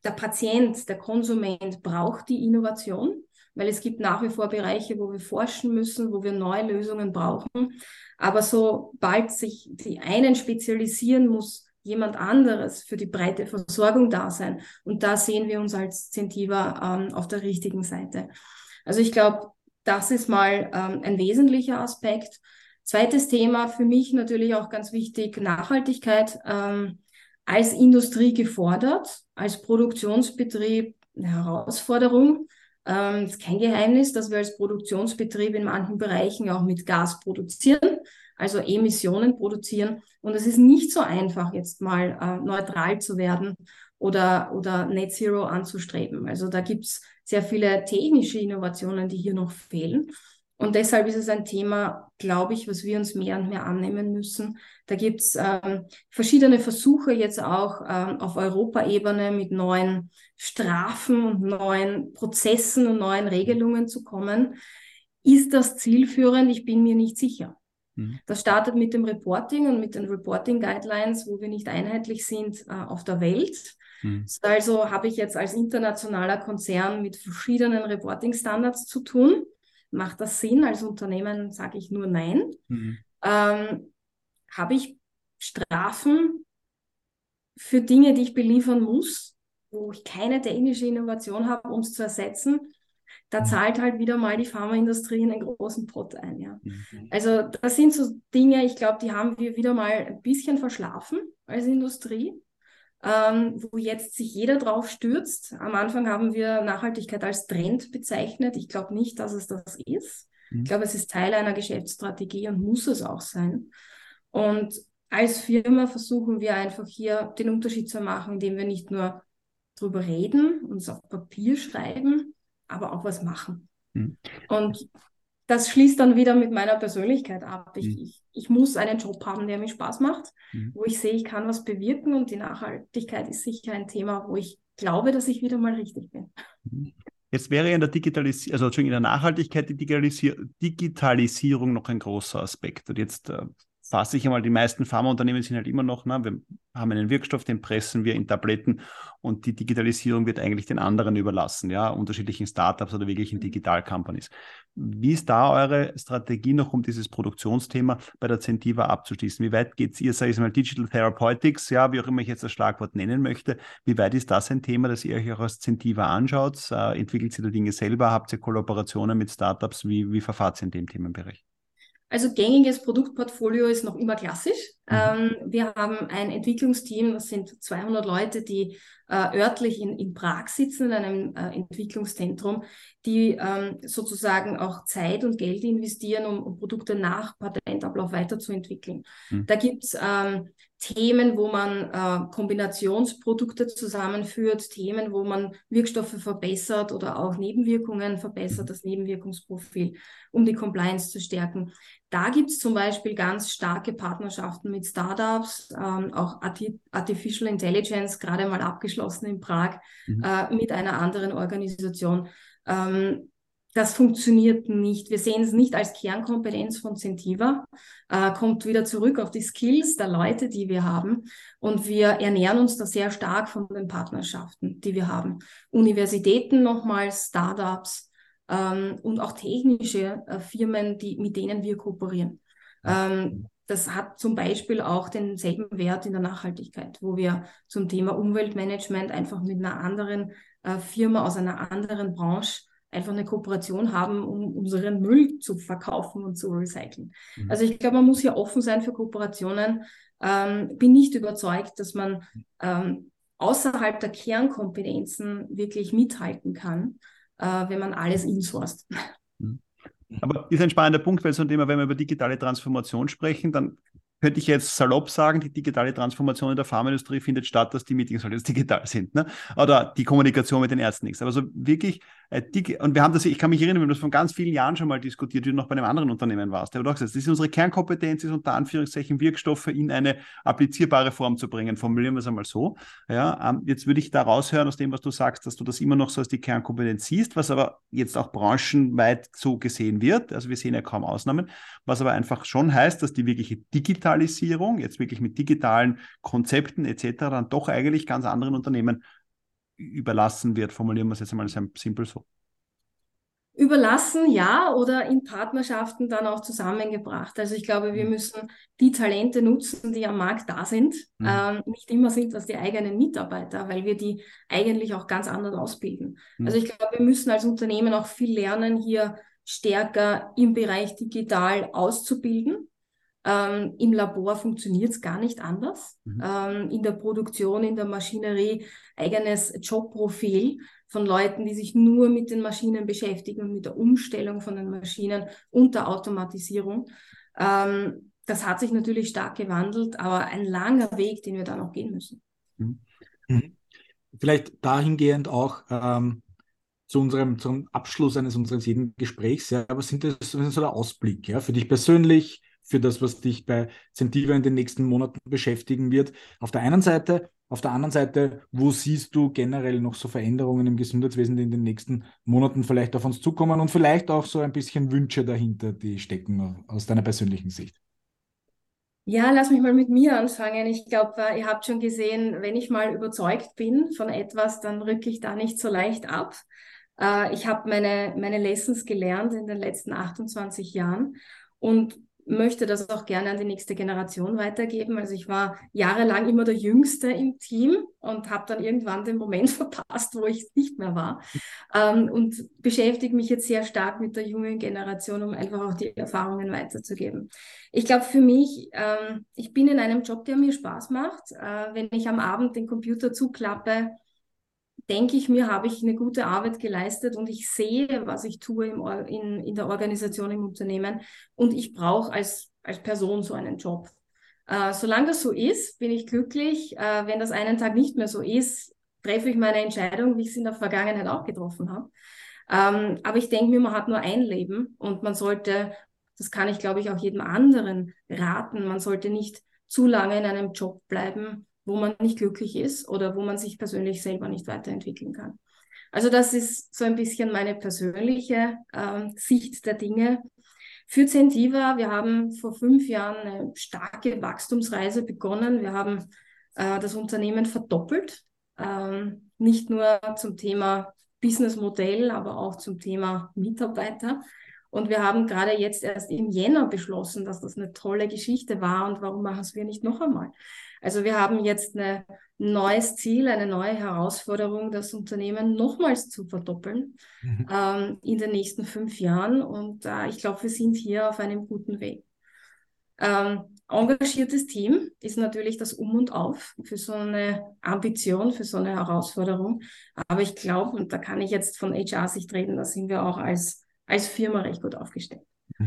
der Patient, der Konsument braucht die Innovation, weil es gibt nach wie vor Bereiche, wo wir forschen müssen, wo wir neue Lösungen brauchen. Aber sobald sich die einen spezialisieren, muss jemand anderes für die breite Versorgung da sein. Und da sehen wir uns als Zentiva auf der richtigen Seite. Also ich glaube, das ist mal ein wesentlicher Aspekt. Zweites Thema für mich natürlich auch ganz wichtig, Nachhaltigkeit. Als Industrie gefordert, als Produktionsbetrieb eine Herausforderung. Ist kein Geheimnis, dass wir als Produktionsbetrieb in manchen Bereichen auch mit Gas produzieren, also Emissionen produzieren. Und es ist nicht so einfach, jetzt mal neutral zu werden oder Net Zero anzustreben. Also da gibt es sehr viele technische Innovationen, die hier noch fehlen. Und deshalb ist es ein Thema, glaube ich, was wir uns mehr und mehr annehmen müssen. Da gibt es verschiedene Versuche jetzt auch auf Europaebene mit neuen Strafen und neuen Prozessen und neuen Regelungen zu kommen. Ist das zielführend? Ich bin mir nicht sicher. Das startet mit dem Reporting und mit den Reporting Guidelines, wo wir nicht einheitlich sind auf der Welt. Also habe ich jetzt als internationaler Konzern mit verschiedenen Reporting Standards zu tun. Macht das Sinn? Als Unternehmen sage ich nur nein. Habe ich Strafen für Dinge, die ich beliefern muss, wo ich keine technische Innovation habe, um es zu ersetzen? Da zahlt halt wieder mal die Pharmaindustrie in einen großen Pot ein. Ja. Also das sind so Dinge, ich glaube, die haben wir wieder mal ein bisschen verschlafen als Industrie. Wo jetzt sich jeder drauf stürzt. Am Anfang haben wir Nachhaltigkeit als Trend bezeichnet. Ich glaube nicht, dass es das ist. Ich glaube, es ist Teil einer Geschäftsstrategie und muss es auch sein. Und als Firma versuchen wir einfach hier den Unterschied zu machen, indem wir nicht nur drüber reden, uns auf Papier schreiben, aber auch was machen. Und das schließt dann wieder mit meiner Persönlichkeit ab. Ich muss einen Job haben, der mir Spaß macht, wo ich sehe, ich kann was bewirken, und die Nachhaltigkeit ist sicher ein Thema, wo ich glaube, dass ich wieder mal richtig bin. Jetzt wäre in der in der Nachhaltigkeit die Digitalisierung noch ein großer Aspekt. Und jetzt fasse ich einmal, die meisten Pharmaunternehmen sind halt immer noch, wir haben einen Wirkstoff, den pressen wir in Tabletten, und die Digitalisierung wird eigentlich den anderen überlassen, ja, unterschiedlichen Startups oder wirklichen Digital-Companies. Wie ist da eure Strategie noch, um dieses Produktionsthema bei der Zentiva abzuschließen? Wie weit geht es, ihr sagt mal Digital Therapeutics, ja, wie auch immer ich jetzt das Schlagwort nennen möchte, wie weit ist das ein Thema, das ihr euch auch als Zentiva anschaut? Entwickelt ihr da Dinge selber? Habt ihr Kollaborationen mit Startups? Wie verfahrt ihr in dem Themenbereich? Also gängiges Produktportfolio ist noch immer klassisch. Wir haben ein Entwicklungsteam, das sind 200 Leute, die örtlich in Prag sitzen, in einem Entwicklungszentrum, die sozusagen auch Zeit und Geld investieren, um Produkte nach Patentablauf weiterzuentwickeln. Da gibt es Themen, wo man Kombinationsprodukte zusammenführt, Themen, wo man Wirkstoffe verbessert oder auch Nebenwirkungen verbessert, das Nebenwirkungsprofil, um die Compliance zu stärken. Da gibt es zum Beispiel ganz starke Partnerschaften mit Startups, auch Artificial Intelligence, gerade mal abgeschlossen in Prag, mit einer anderen Organisation. Das funktioniert nicht. Wir sehen es nicht als Kernkompetenz von Zentiva, kommt wieder zurück auf die Skills der Leute, die wir haben. Und wir ernähren uns da sehr stark von den Partnerschaften, die wir haben. Universitäten nochmals, Startups und auch technische Firmen, mit denen wir kooperieren. Das hat zum Beispiel auch denselben Wert in der Nachhaltigkeit, wo wir zum Thema Umweltmanagement einfach mit einer anderen Firma aus einer anderen Branche einfach eine Kooperation haben, um unseren Müll zu verkaufen und zu recyceln. Also ich glaube, man muss hier offen sein für Kooperationen. Bin nicht überzeugt, dass man außerhalb der Kernkompetenzen wirklich mithalten kann, wenn man alles insourced. Aber ist ein spannender Punkt, weil so ein Thema, wenn wir über digitale Transformation sprechen, dann könnte ich jetzt salopp sagen, die digitale Transformation in der Pharmaindustrie findet statt, dass die Meetings halt jetzt digital sind, ne? Oder die Kommunikation mit den Ärzten nichts. Aber so wirklich, und wir haben das, ich kann mich erinnern, wir haben das vor ganz vielen Jahren schon mal diskutiert, wie du noch bei einem anderen Unternehmen warst. Der hat auch gesagt, das ist unsere Kernkompetenz, ist unter Anführungszeichen Wirkstoffe in eine applizierbare Form zu bringen. Formulieren wir es einmal so. Ja, jetzt würde ich da raushören aus dem, was du sagst, dass du das immer noch so als die Kernkompetenz siehst, was aber jetzt auch branchenweit so gesehen wird. Also wir sehen ja kaum Ausnahmen, was aber einfach schon heißt, dass die wirkliche Digitalisierung, jetzt wirklich mit digitalen Konzepten etc., dann doch eigentlich ganz anderen Unternehmen überlassen wird? Formulieren wir es jetzt einmal sehr simpel so. Überlassen, ja, oder in Partnerschaften dann auch zusammengebracht. Also ich glaube, wir müssen die Talente nutzen, die am Markt da sind. Nicht immer sind das die eigenen Mitarbeiter, weil wir die eigentlich auch ganz anders ausbilden. Also ich glaube, wir müssen als Unternehmen auch viel lernen, hier stärker im Bereich digital auszubilden. Im Labor funktioniert es gar nicht anders. In der Produktion, in der Maschinerie, eigenes Jobprofil von Leuten, die sich nur mit den Maschinen beschäftigen und mit der Umstellung von den Maschinen und der Automatisierung. Das hat sich natürlich stark gewandelt, aber ein langer Weg, den wir da noch gehen müssen. Vielleicht dahingehend auch zum Abschluss unseres jeden Gesprächs, ja, aber sind das so der Ausblick, ja, für dich persönlich, für das, was dich bei Zentiva in den nächsten Monaten beschäftigen wird, auf der einen Seite. Auf der anderen Seite, wo siehst du generell noch so Veränderungen im Gesundheitswesen, die in den nächsten Monaten vielleicht auf uns zukommen und vielleicht auch so ein bisschen Wünsche dahinter, die stecken aus deiner persönlichen Sicht? Ja, lass mich mal mit mir anfangen. Ich glaube, ihr habt schon gesehen, wenn ich mal überzeugt bin von etwas, dann rücke ich da nicht so leicht ab. Ich habe meine Lessons gelernt in den letzten 28 Jahren und möchte das auch gerne an die nächste Generation weitergeben. Also ich war jahrelang immer der Jüngste im Team und habe dann irgendwann den Moment verpasst, wo ich es nicht mehr war. Und beschäftige mich jetzt sehr stark mit der jungen Generation, um einfach auch die Erfahrungen weiterzugeben. Ich glaube für mich, ich bin in einem Job, der mir Spaß macht. Wenn ich am Abend den Computer zuklappe, denke ich mir, habe ich eine gute Arbeit geleistet und ich sehe, was ich tue in der Organisation, im Unternehmen und ich brauche als Person so einen Job. Solange das so ist, bin ich glücklich. Wenn das einen Tag nicht mehr so ist, treffe ich meine Entscheidung, wie ich es in der Vergangenheit auch getroffen habe. Aber ich denke mir, man hat nur ein Leben und man sollte, das kann ich glaube ich auch jedem anderen raten, man sollte nicht zu lange in einem Job bleiben, wo man nicht glücklich ist oder wo man sich persönlich selber nicht weiterentwickeln kann. Also das ist so ein bisschen meine persönliche Sicht der Dinge. Für Zentiva, wir haben vor 5 Jahren eine starke Wachstumsreise begonnen. Wir haben das Unternehmen verdoppelt, nicht nur zum Thema Businessmodell, aber auch zum Thema Mitarbeiter. Und wir haben gerade jetzt erst im Jänner beschlossen, dass das eine tolle Geschichte war und warum machen wir nicht noch einmal? Also wir haben jetzt ein neues Ziel, eine neue Herausforderung, das Unternehmen nochmals zu verdoppeln in den nächsten 5 Jahren. Und ich glaube, wir sind hier auf einem guten Weg. Engagiertes Team ist natürlich das Um und Auf für so eine Ambition, für so eine Herausforderung. Aber ich glaube, und da kann ich jetzt von HR-Sicht reden, da sind wir auch als Firma recht gut aufgestellt.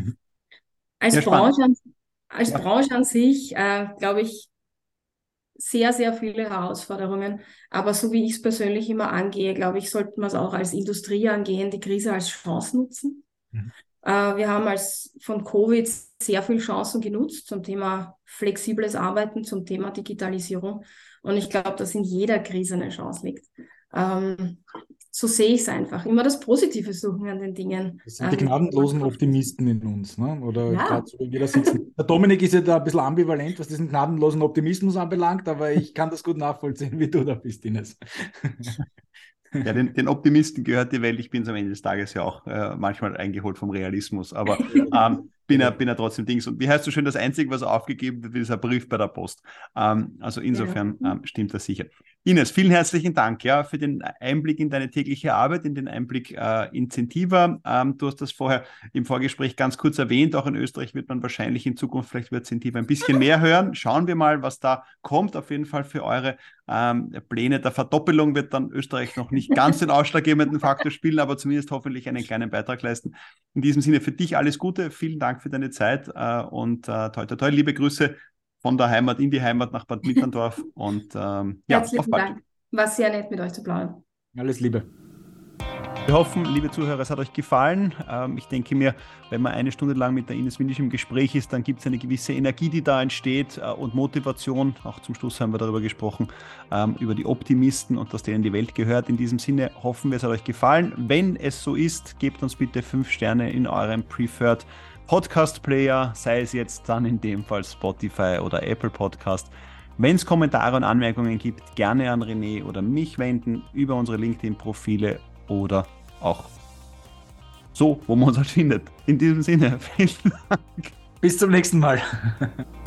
Als Branche an sich, glaube ich, sehr, sehr viele Herausforderungen. Aber so wie ich es persönlich immer angehe, glaube ich, sollten wir es auch als Industrie angehen, die Krise als Chance nutzen. Wir haben von Covid sehr viele Chancen genutzt zum Thema flexibles Arbeiten, zum Thema Digitalisierung. Und ich glaube, dass in jeder Krise eine Chance liegt. So sehe ich es einfach. Immer das Positive suchen an den Dingen. Das sind die gnadenlosen Optimisten in uns, ne? Oder ja. gerade so, wie wir da sitzen. Der Dominik ist ja da ein bisschen ambivalent, was diesen gnadenlosen Optimismus anbelangt, aber ich kann das gut nachvollziehen, wie du da bist, Ines. Ja, den Optimisten gehört die Welt. Ich bin am Ende des Tages ja auch manchmal eingeholt vom Realismus, aber bin ja trotzdem Dings. Und wie heißt so schön, das Einzige, was aufgegeben wird, ist ein Brief bei der Post. Also insofern stimmt das sicher. Ines, vielen herzlichen Dank für den Einblick in deine tägliche Arbeit, in den Einblick in Zentiva. Du hast das vorher im Vorgespräch ganz kurz erwähnt. Auch in Österreich wird man wahrscheinlich in Zukunft vielleicht über Zentiva ein bisschen mehr hören. Schauen wir mal, was da kommt. Auf jeden Fall für eure Pläne der Verdoppelung wird dann Österreich noch nicht ganz den ausschlaggebenden Faktor spielen, aber zumindest hoffentlich einen kleinen Beitrag leisten. In diesem Sinne für dich alles Gute. Vielen Dank für deine Zeit und toi, toi, toi. Liebe Grüße von der Heimat in die Heimat nach Bad Mitterndorf und herzlichen Dank. War sehr nett, mit euch zu plaudern. Alles Liebe. Wir hoffen, liebe Zuhörer, es hat euch gefallen. Ich denke mir, wenn man 1 Stunde lang mit der Ines Windisch im Gespräch ist, dann gibt es eine gewisse Energie, die da entsteht und Motivation. Auch zum Schluss haben wir darüber gesprochen, über die Optimisten und dass denen die Welt gehört. In diesem Sinne hoffen wir, es hat euch gefallen. Wenn es so ist, gebt uns bitte 5 Sterne in eurem Preferred Podcast-Player, sei es jetzt dann in dem Fall Spotify oder Apple Podcast. Wenn es Kommentare und Anmerkungen gibt, gerne an René oder mich wenden über unsere LinkedIn-Profile oder auch so, wo man uns halt findet. In diesem Sinne, vielen Dank. Bis zum nächsten Mal.